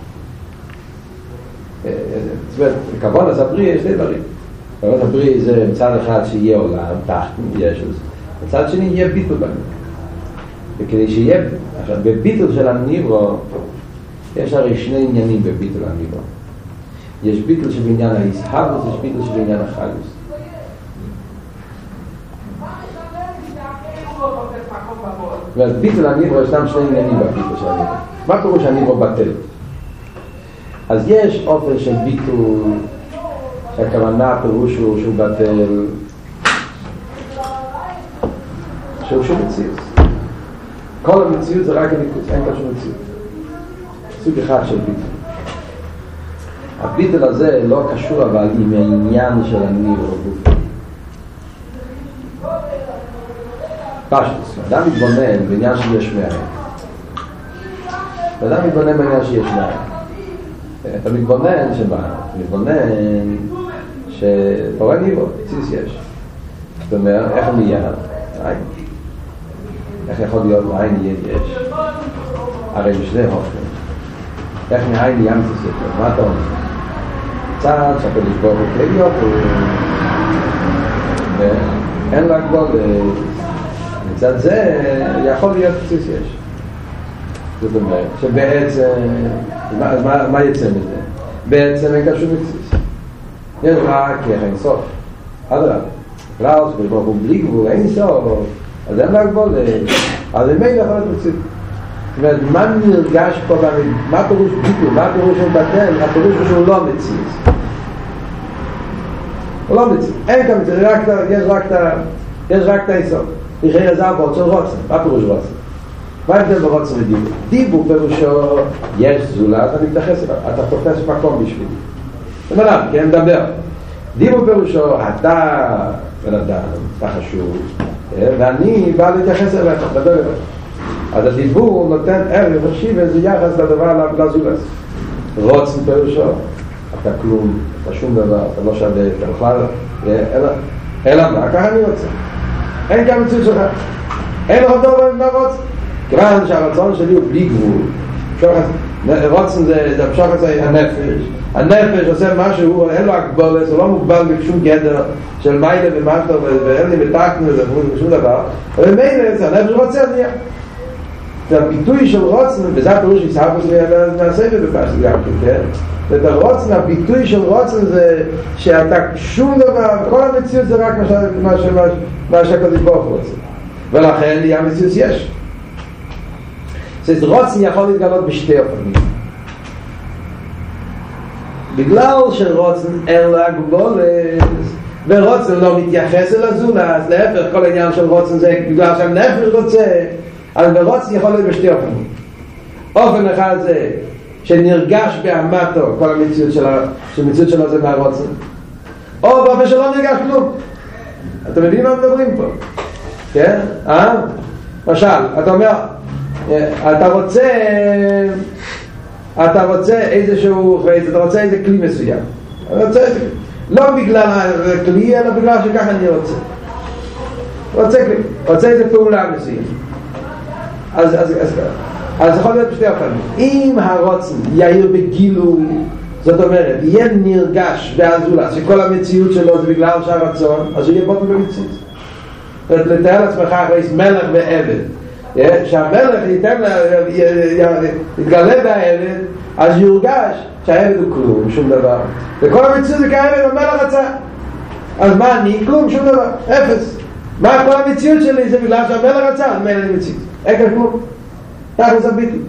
זאת אומרת, כבון הסברי יש שני דברים. כבון הסברי זה מצד אחד שיהיה עולם, תחת ישו, מצד שני יהיה ביטול בניברו. וכדי שיהיה, עכשיו, בביטול של הניברו, יש הרי שני עניינים בביטול הניברו. יש ביטול שבעניין ההסהבות, יש ביטול שבעניין החלוס. ביטול הניברו ישנם שני עניינים בביטול של הניברו. מה קורה שהניברו בטל? אז יש אופן של ביטול שהכוונה הפירוש הוא שהוא בטל, שהוא שום מציאות. כל המציאות זה רק הליכוז, אין כאן שום מציאות. סוג אחד של ביטול. הביטול הזה לא קשור אבל עם העניין של הניברו גוף. פשוט, אדם מתבונן בעניין שיש מאין. אדם מתבונן בעניין שיש מאין. אתה מתבונן שמה? אתה מתבונן שפורא ניברו, ציס יש. זאת אומרת, איך הוא נהיה? עין. איך יכול להיות עין יהיה יש? הרי בשני הופכים. איך מעין נהיה מציס יש? מה אתה אומר? צעד שהקדוש ברוך הוא כליות ואין לה גבול מצד זה יכול להיות פציס יש זאת אומרת שבעצם אז מה, מה יצא מזה? בעצם אין קשור פציס יש רק אין סוף עד רב כלל שקדוש ברוך הוא בלי גבול אין סוף אז אין לה גבול אז אין יכול להיות פציס זאת אומרת, מה נרגש פה, מה פירוש ביטול, מה פירוש הוא בטל, הפירוש שהוא לא מציץ הוא לא מציץ, אין כאן מציץ, יש רק את היסוד יחי רזר פה, רוצה רוצה, מה פירוש רוצה? מה ההבדל ברוצה ודיבור? דיבור פירושו, יש זולה, אתה מתייחס אליו, אתה תופס מקום בשבילי זה מלאם, כי אני מדבר דיבור פירושו, אתה בן אדם, אתה חשוב ואני בא להתייחס אליך, תדבר אליך אז הדיבור נותן ערך וחשיב איזה יחס לדבר לזולס רוצן פירושו אתה כלום, אתה שום דבר, אתה לא שווה, אתה בכלל אלא מה, ככה אני רוצה אין כאן מציאות שלך אין לך דבר מה רוצה כיוון שהרצון שלי הוא בלי גבול רוצן זה פשוח זה הנפש הנפש עושה משהו, אין לו הגבולת הוא לא מוגבל בשום גדר של מיילה ומשהו ואין לי מתקנו ושום דבר ומיילה זה הנפש רוצה נהיה והביטוי של רוצן, וזה הפירוש שהצהפוס מהספר בפשט גם כן, ואת הרוצן, הביטוי של רוצן זה שאתה שום דבר, כל המציאות זה רק מה שהקדוש ברוך הוא רוצה ולכן היא המציאות יש אז רוצן יכול להתגלות בשתי אופנים בגלל שרוצן אין לה גבולת ורוצן לא מתייחס אל הזולת אז להפך כל העניין של רוצן זה בגלל שהנפש רוצה אז ברוצן יכול להיות בשתי אופנים אופן אחד זה שנרגש באמתו כל המציאות שלה שהמציאות שלה זה מהרוצן או באופן שלא נרגש כלום אתה מבין מה מדברים פה? כן? אה? למשל, אתה אומר אתה רוצה אתה רוצה איזשהו אתה רוצה איזה כלי מסוים אתה רוצה איזה לא בגלל הכלי אלא בגלל שככה אני רוצה רוצה כלי רוצה איזה פעולה מסוים אז, אז, אז, אז יכול להיות בשתי הפעמים אם הרוצן יאיר בגילוי זאת אומרת יהיה נרגש והזולה שכל המציאות שלו זה בגלל שהרצון אז הוא יהיה בוטל במציאות לתאר לעצמך אחרי מלך ועבד שהמלך ייתן יתגלה בעבד אז יורגש שהעבד הוא כלום שום דבר וכל המציאות זה כעבד המלך רצה אז מה אני? כלום שום דבר אפס מה כל המציאות שלי זה בגלל שהמלך רצה אז מלך אני מציאות אין כאן כלום תחת הביטוי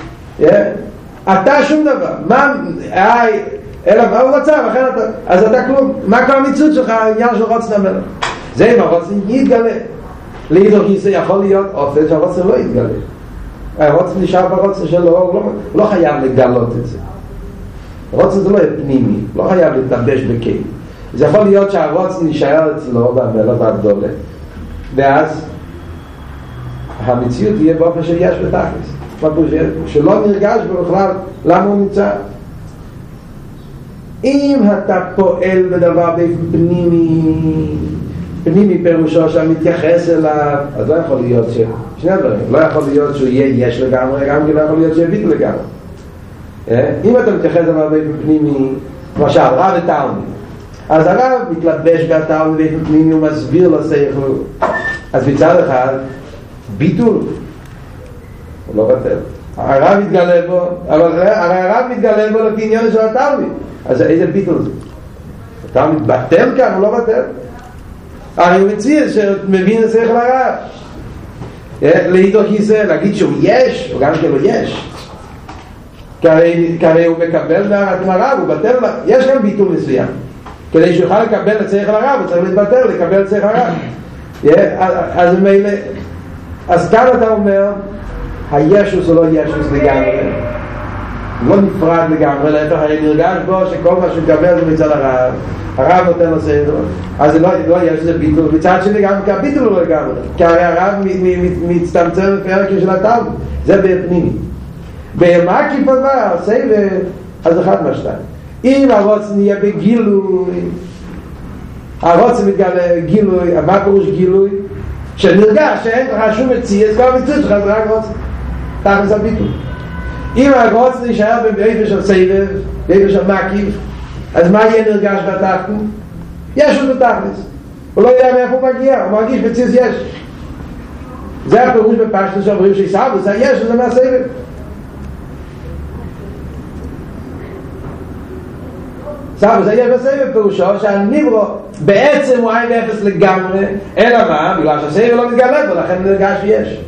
אתה שום דבר מה אלא מה הוא רצה אז אתה כלום מה כל המציאות שלך העניין של רוצן המלך זה אם הרוצן יתגלה לידור כיסא יכול להיות אופן שהרוצן לא יתגלה הרוצן נשאר ברוצן שלו הוא לא חייב לגלות את זה הרוצן זה לא יהיה פנימי לא חייב להתלבש בקיים זה יכול להיות שהרוצן נשאר אצלו במלך והגדולה ואז המציאות תהיה באופן שיש בתכלס שלא נרגש בכלל למה הוא נמצא אם אתה פועל בדבר פנימי פנימי פירושו שמתייחס אליו אז לא יכול להיות ש... שני דברים לא יכול להיות שהוא יהיה יש לגמרי גם כי לא יכול להיות שיהיה ביטל לגמרי אם אתה מתייחס אליו פנימי למשל רב ותלמיד אז הרב מתלבש בתלמיד פנימי הוא מסביר לו שכל אז מצד אחד ביטול הוא לא בטל הרב מתגלה בו אבל הרב מתגלה בו לפי עניין של התלמיד אז איזה ביטול זה? התלמיד בטל כאן הוא לא בטל הרי הוא מציע שמבין את שכל הרב להידור כיסא להגיד שהוא יש או גם כאילו יש כי הרי הוא מקבל מהרב הוא בטל יש גם ביטול מסוים כדי שהוא יוכל לקבל את שכל הרב הוא צריך להתבטל לקבל את שכל הרב אז מילא אז כאן אתה אומר הישוס הוא לא ישוס לגמרי לא נפרד לגמרי להפך הרי נרגש בו שכל מה שהוא מקבל זה מצד הרב הרב נותן לו סדר אז זה לא יש זה ביטול מצד שני גם כי הביטול הוא לא לגמרי כי הרי הרב מצטמצם בפרק של התלמוד זה בפנימי במה כיפה דבר סבב אז אחד מהשתיים אם הרוצן יהיה בגילוי הרוצן מתגלה גילוי מה פירוש גילוי שנרגש שאין לך שום מציאות כל המציאות שלך זה רק רוצן תכלס הביטול אם הרוצן נשאר באיפה של סבב באיפה של מקיף אז מה יהיה נרגש בתחתון? יש עוד בתכלס. הוא לא יודע מאיפה הוא מגיע, הוא מרגיש בציץ יש. זה הפירוש בפשטוס שאומרים שישאבוס, היש זה מהסבב. סבוס, היש בסבב פירושו שהניברו בעצם הוא עין אפס לגמרי, אלא מה? בגלל שהסבב לא מתגלה בו, לכן נרגש יש.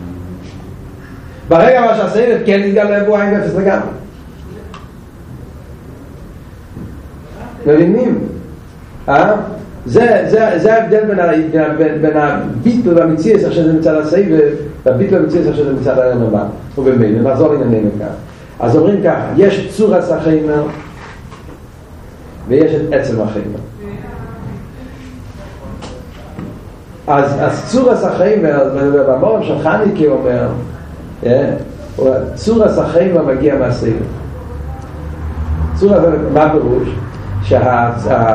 ברגע מה שהסבב כן מתגלה בו, הוא עין אפס לגמרי. מבינים? אה? זה, זה, זה ההבדל בין, בין, בין הביטל והמציאס איך שזה מצד הסבב והביטל והמציאס איך שזה מצד הרממה ובמילה, נחזור לענייננו כאן. אז אומרים ככה, יש צורס החיימר ויש את עצם החיימר. אז, אז צורס החיימר, במאמר של חניקה אומר, צורס החיימר מגיע מהסבב. צורס, מה פירוש? שה...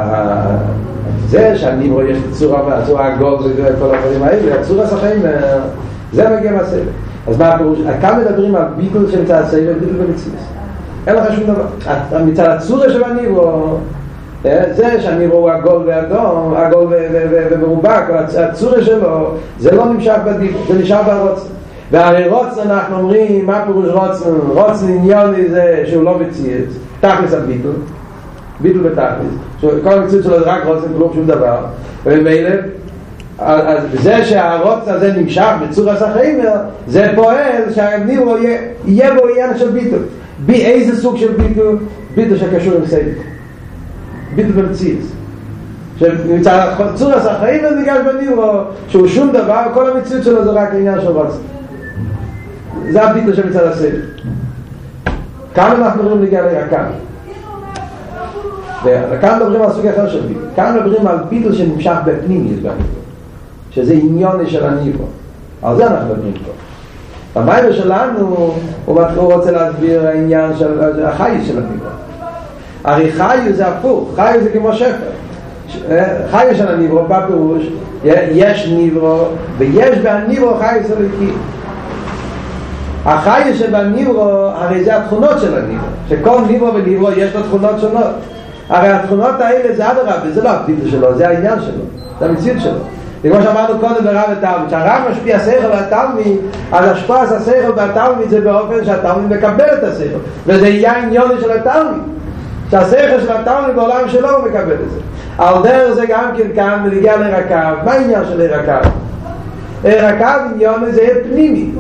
זה שהניברו יש צורה מהצורה הגול וכל הדברים האלה, הצורה שחיים זה מגיע מהסבב. אז מה הפירוש? כאן מדברים על ביטול של מצד הסבב, ביטול במציאות. אין לך שום דבר. מצד הצורה של הניברו, זה שהניברו הוא הגול ואדום, הגול ומרובק, הצורה שלו, זה לא נמשך בדיבור, זה נשאר ברוצן. והרי רוצן אנחנו אומרים, מה פירוש רוצן? רוצן עניוני זה שהוא לא מציאות, תכלס הביטול. ביטול בתכלס, כל המציאות שלו זה רק רוצן, כלום שום דבר. ובמילא, אז זה שהרוץ הזה נמשך בצורס החיימר, זה פועל שהניברו יהיה בו עניין של ביטול. באיזה סוג של ביטול? ביטול שקשור עם סבב. ביטול במציאות. שמצד צורס החיימר ניגש בניברו, שהוא שום דבר, כל המציאות שלו זה רק עניין של רוצן. זה הביטול שמצד הסבב. כאן אנחנו רואים להגיע לרקם. וכאן מדברים על סוג אחר של ביטול. כאן מדברים על ביטול שנמשך בפנימיות בניברו, שזה עניוני של הניברו. על זה אנחנו מדברים פה. במיימר שלנו הוא רוצה להסביר העניין של החייס של הניברו. הרי חייס זה הפוך, חייס זה כמו שפר. חייס של הניברו בפירוש יש ניברו ויש בניברו חייס אלוקי. החייס שבניברו הרי זה התכונות של הניברו, שכל ניברו וניברו יש לו תכונות שונות. הרי התכונות האלה זה אדרבה, זה לא הביטול שלו, זה העניין שלו, זה המציאות שלו. כמו שאמרנו קודם ברב ותלמיד, שהרב משפיע שכל והתלמיד, אז השפעת השכל והתלמיד זה באופן שהתלמיד מקבל את השכל, וזה יהיה עניוני של התלמיד, שהשכל של התלמיד בעולם שלו הוא מקבל את זה. על דרך זה גם כן כאן מלהגיע לרקב. מה העניין של לרקב? רקב עניוני זה יהיה פנימי,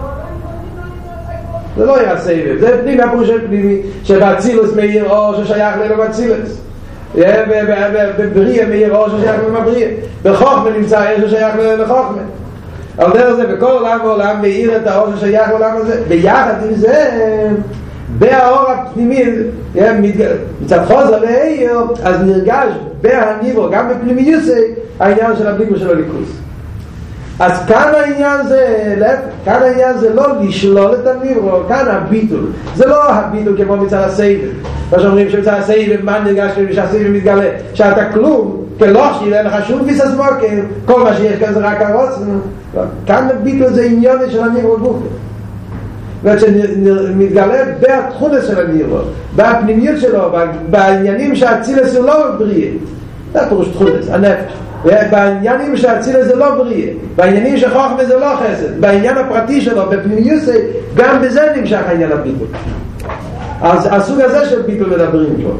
זה לא יהיה סבב, זה פנימי, הפירוש של פנימי, שבאצילוס מאיר אור ששייך לאלו באצילוס, בבריא מאיר אור ששייך לאלו בבריא, בחוכמה נמצא אור ששייך לחוכמה. על דרך זה בכל עולם ועולם מאיר את האור ששייך לעולם הזה, ביחד עם זה באור הפנימי מצד חוזר לאיר, אז נרגש בהניברו גם בפנימיות העניין של הבליגו של הליכוס. אז כאן העניין זה, כאן העניין זה לא לשלול את הניברו, כאן הביטול. זה לא הביטול כמו מצד הסבב. מה שאומרים שמצד הסבב, מה נרגש כשהסבב מתגלה? שאתה כלום, כלוך שיהיה לך שום ביסס מוקר, כל מה שיש כאן זה רק הרוץ. כאן הביטול זה עניוני של הניברו גופי. ואת שמתגלה בתכונס של הניברו, בפנימיות שלו, בעניינים שהצילס הוא לא בריא. זה פירוש תכונס, הנפש. בעניינים שהצילה זה לא בריא, בעניינים שחוכמה זה לא חסד, בעניין הפרטי שלו, בפנימיות, גם בזה נמשך העניין הביטול. אז הסוג הזה של ביטול מדברים פה.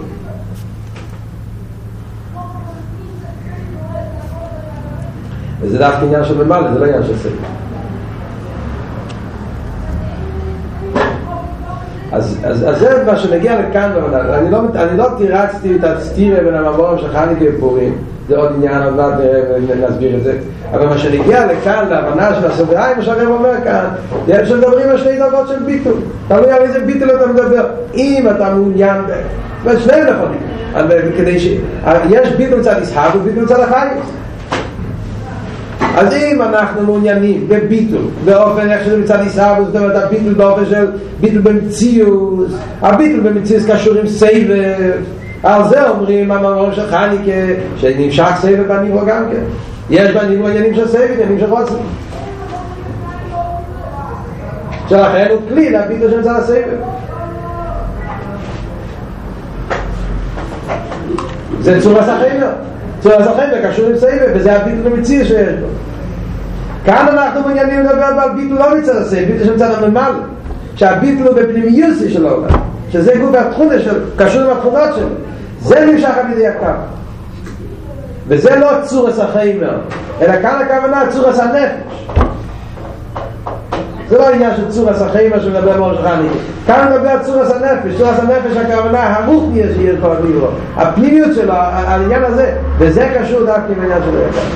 וזה דווקא עניין של ממלא, זה לא עניין של סבב. אז, אז, אז זה מה שנגיע לכאן, אני לא, אני לא תירצתי את הסתירה בין המאמרים של חניקה ופורים, זה עוד עניין, עוד מעט נסביר את זה. אבל מה שנגיע לכאן, להבנה של הסוגריים, מה שהרב אומר כאן, יש מדברים על שני דרגות של ביטול. תלוי על איזה ביטול אתה מדבר. אם אתה מעוניין, זאת שני נכונים. כדי ש... יש ביטול מצד ישחק וביטול מצד החייס. אז אם אנחנו מעוניינים בביטול, באופן איך שזה מצד ישחק, זאת אומרת, הביטול באופן של ביטול במציאות, הביטול במציאות קשור עם סבב, על זה אומרים המאמרים של חניקה שנמשך סבב בניברו גם כן. יש בניברו עניינים של סבב, עניינים של רוצן, שלכן הוא כלי לביטול של מצד הסבב. זה צור הסחיימר. צור הסחיימר קשור עם סייבר, וזה הביטול המציא שיש בו. כאן אנחנו מעוניינים לדבר על ביטול לא מצד הסייבר, ביטול שמצד הממל, שהביטול הוא בפנימיוסי של העולם, שזה גוף התכונה שלו, קשור עם התכונות שלו. זה נמשך על ידי הקו. וזה לא צור הסחיימר, אלא כאן הכוונה צור הסנפש. זה לא העניין של צור הסחיימר שמדבר מורש חניקה. כאן מדבר צור הסנפש. צור הסנפש הכוונה הרוחניה שיש כל הניברו, הפנימיות שלו, העניין הזה, וזה קשור דווקא עם העניין שלו יקר.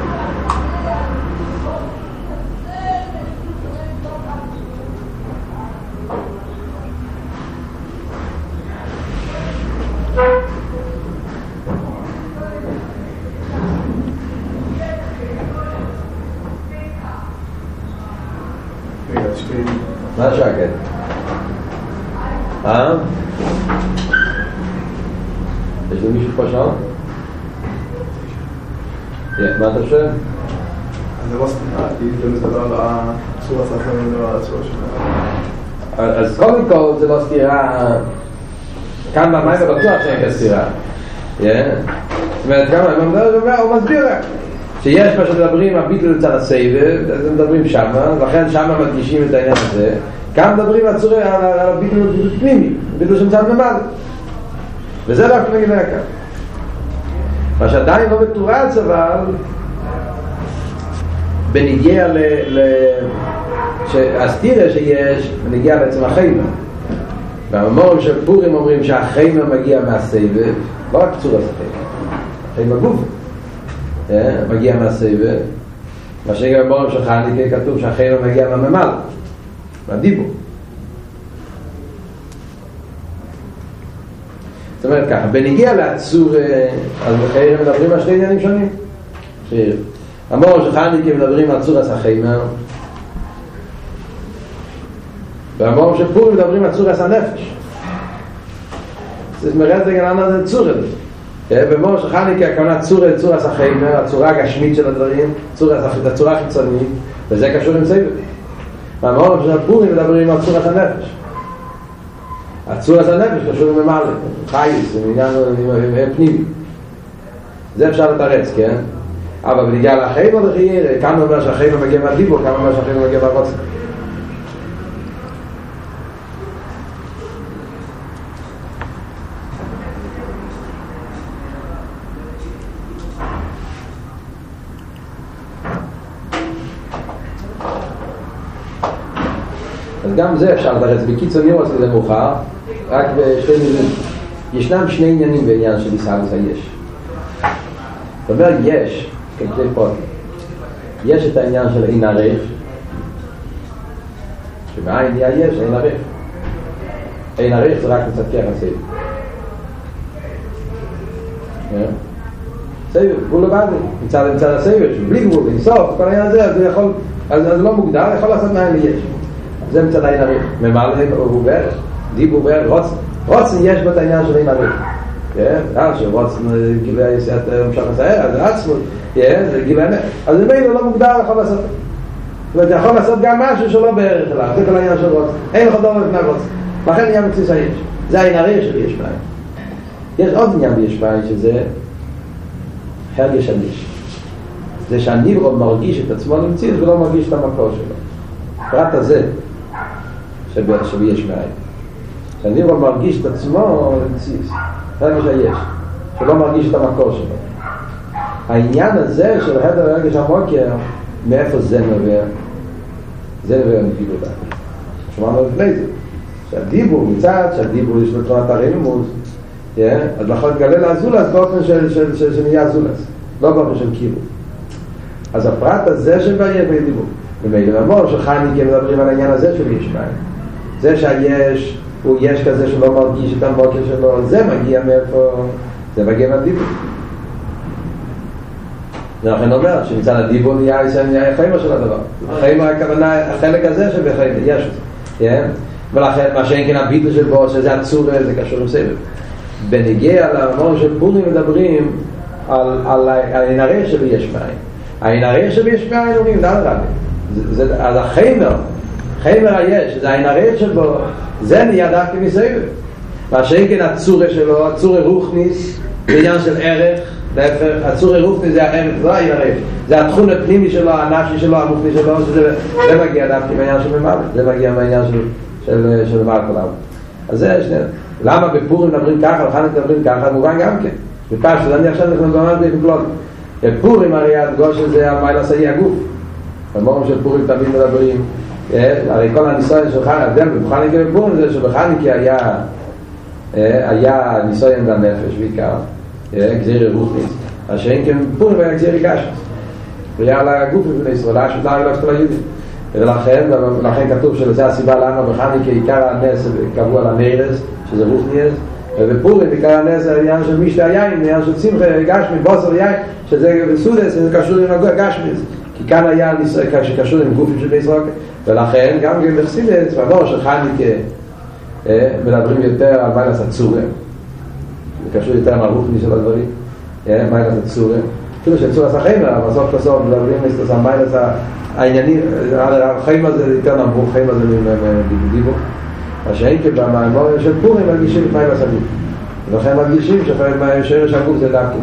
מה שקט? אה? יש לי מישהו פה שם? מה אתה שואל? זה לא סתירה, כי זה מדבר על הצור הסחיימר ולא על הצור שלנו. אז קודם כל זה לא סתירה. כאן במים בטוח שאין כסתירה. זאת אומרת, כמה הוא מסביר רק שיש מה שמדברים הביטול לצד הסבב, אז מדברים שמה, לכן שמה מדגישים את העניין הזה. כאן מדברים על הביטול פנימי, ביטול שמצד ממד, וזה דווקא נגיד כאן. מה שעדיין לא מתורץ אבל בנגיע ל... הסתירה שיש בנגיע לעצם החיימה. והמורים של פורים אומרים שהחיימה מגיע מהסבב, לא רק צור הסחיימה, חיימה גוף מגיע מהסבב. מה שגם במורים של חניקה כתוב שהחיימה מגיע מהממל, מהדיבור. זאת אומרת ככה, בנגיע לעצור, אז בחיירה מדברים על שני עניינים שונים. המורים של חניקה מדברים על צור הסחיימה, והמורים של פורים מדברים על צור הנפש. זאת אומרת, זה גם זה צור הזה. במורים של חניקה הכוונה צור אל צור הסחיימה, הצורה הגשמית של הדברים, הצורה החיצונית, וזה קשור עם סבב. והמורים של פורים מדברים על צור הנפש. הצור הנפש קשור עם ממלא, חייס, עם עניין פנימי. זה אפשר לתרץ, כן? אבל בנגיע לחיימה לחיירה, כאן אומר שהחיימה מגיע מהדיבור, כאן אומר שהחיימה מגיע מהרוצה. אז גם זה אפשר לתרץ. בקיצור נראה לזה מאוחר, רק בשתי מילים. ישנם שני עניינים בעניין של איסאוויס היש. זאת אומרת, יש, כדי פה, יש את העניין של אין ערך, שבעין נהיה יש, אין ערך. אין ערך זה רק מצטקח הסבב. סבב, גבול לבד, מצד מצד הסבב, בלי גבול, אינסוף, כל העניין הזה, אז זה יכול, אז זה לא מוגדר, יכול לעשות מעין ליש. זה מצד אין ערך. ממלא הוא בערך, דיבור בערך, רוצן. רוצן יש בו את העניין של אין ערך. אז שרוצן גילה יסיעת המשך הסער, אז זה עצמות, זה גילה נפש. אז זה מילה לא מוגדר יכול לעשות. זאת אומרת, יכול לעשות גם משהו שלא בערך אליו, זה כל העניין של רוצן. אין לך דומה לפני רוצן. לכן נהיה מציס היש. זה אין ערך של יש מאין. יש עוד עניין ביש מאין שזה הרגש הניש. זה שהניברו מרגיש את עצמו נמציס ולא מרגיש את המקור שלו. פרט הזה שביש מאין. שהניברו מרגיש את עצמו נמציס. הרגש היש. שלא מרגיש את המקור שלו. העניין הזה של הדר הרגש המוקר, מאיפה זה נובע? זה נובע מדיבור דק. שמענו לפני זה. שהדיבור מצד, שהדיבור יש לו תורת הרמוז, אז נכון גלה לאזולס באופן שנהיה אזולס, לא באופן של קירו. אז הפרט הזה שבאיה בדיבור. ומילא אמור שחניקה מדברים על העניין הזה של יש מאין. זה שהיש, הוא יש כזה שלא מרגיש את המוקר שלו, זה מגיע מאיפה, זה מגיע מהדיבור. ולכן אומר שמצד הדיבור נהיה החיימה של הדבר. החיימה הכוונה, החלק הזה שבחיימה, יש את זה. ולכן מה שאין כן הביטל של בו, שזה הצור, זה קשור עם סבב. בנגיע למון של פורים מדברים על, על העין הריח שביש מאין. העין הריח שביש מאין אומרים, דל רבי. אז החיימר, חיימר היש, זה העין הריח שבו, זה נהיה דווקא מסבב. מה שאין כן הצורה שלו, הצורה רוחניס, זה עניין של ערך, להפך, הצורי רוחני זה הערך, זה לא הערך, זה התכון הפנימי שלו, הנפשי שלו, המוחני שלו, זה מגיע דווקא מהעניין של ממלא, זה מגיע מהעניין של מעל כולם. אז זה שני, למה בפורים מדברים ככה, בחנוכה מדברים ככה, מובן גם כן. בפשט, אני עכשיו נכנס ממש בפלוט. בפורים הרי הדגוש הזה המייל עשאי הגוף. במורים של פורים תמיד מדברים, הרי כל הניסויין של חנוכה, בחנוכה בפורים זה שבחנוכה היה היה ניסויין בנפש בעיקר, גזירי רוחנית, אשר אין כן בפורים היה גזירי גשמית. והיה על הגוף בפני ישראל, היה שותנה רגלת כל היהודים. ולכן, ולכן כתוב שזה הסיבה למה בחנוכה עיקר הנס קבוע על הנרס, שזה רוחניאס, ובפורים עיקר הנס זה עניין של משתה היין, עניין של צמחה, גשמי, בוסר יין, שזה בסודס, זה קשור עם הגשמי, כי כאן היה שקשור עם גופים של ישראל, ולכן גם גם בחסידות, בדור של חנוכה מדברים יותר על מיילס הצורם, זה קשור יותר מהרוחני של הדברים, מיילס הצורם, כאילו שצור הסחיימה, אבל בסוף בסוף מדברים על מיילס העניינים, החיים הזה יותר נמוך, החיים הזה בדיבו, מה שאין כבמאמורים של פורים מרגישים את מיילס הגוף, ולכן מרגישים ששרש הגוף זה דווקא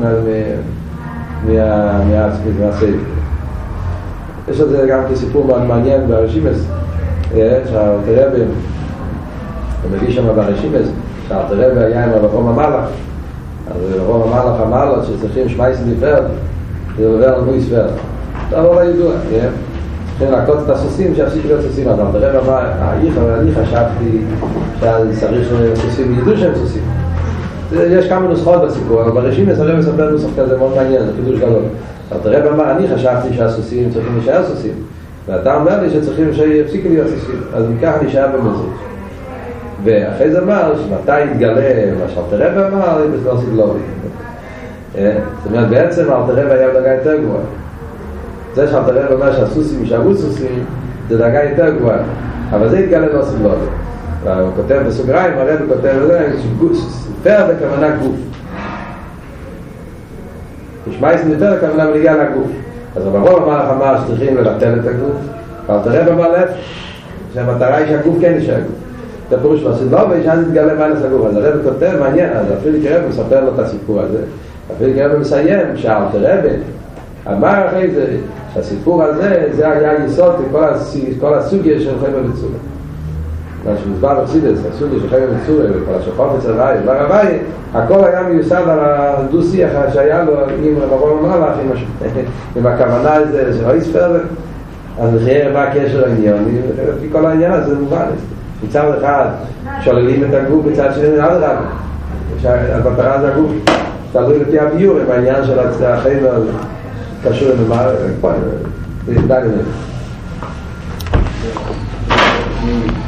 מהסייב. יש לזה גם כסיפור מאוד מעניין ברשימס, שהאלתר רבי מביא שם ברשימס, שהאלתר רבי היה עם הרחום המלך, אז הרחום המלך אמר לו שצריכים שמייס נפרד, זה עובר על מוי ספרד. זה לא ידוע, צריכים להקות את הסוסים שיפסיק להיות סוסים. אז האלתר רבי אמר, אני חשבתי שצריך סוסים ידעו שהם סוסים. יש כמה נוסחות בסיפור, אבל ברשימס הרבי מספר נוסח כזה מאוד מעניין, זה חידוש גדול. האלתר רבי אמר, אני חשבתי שהסוסים צריכים להישאר סוסים, ואתה אומר לי שצריכים שיפסיקו להיות סוסים, אז מכך נשאר במזיק. ואחרי זה אמר שמתי יתגלה מה שאלתר רבי אמר, זה לא סגלובי. זאת אומרת, בעצם האלתר רבי היה בדרגה יותר גבוהה. זה שאלתר רבי אומר שהסוסים יישארו סוסים, זה דרגה יותר גבוהה, אבל זה יתגלה לא סגלובי. הוא כותב בסוגריים, הרבי כותב לזה, ספר בכוונה גוף. שמייס נפר הכוונה מליגה לגוף. אז הרב אמר לך אמר שצריכים לבטל את הגוף, ואלתר רבי אמר להפך, שהמטרה היא שהגוף כן יישאר גוף. זה פירוש לא סגלובי, שאז יתגלה מיילס הגוף. אז הרבי כותב מעניין, אז אפילו כרבי מספר לו את הסיפור הזה, אפילו כרבי מסיים שהאלתר רבי אמר אחרי זה שהסיפור הזה זה היה יסוד כל הסוגיה של חיים ובצורה. מה שמוסבר בחסידות, הסוגיה של חיים ובצורה וכל השחופץ הוואי והרבי, הכל היה מיוסד על הדו-שיח שהיה לו עם רבון המלך, עם הכוונה הזה שלא יספר, אז נחיה מה הקשר העניין, לפי כל העניין הזה זה מובן. מצד אחד שוללים את הגוף, מצד שני עד רב, שהמטרה זה הגוף, תלוי לפי הביור, עם העניין של החיים קשור למעלה, זה די גדול.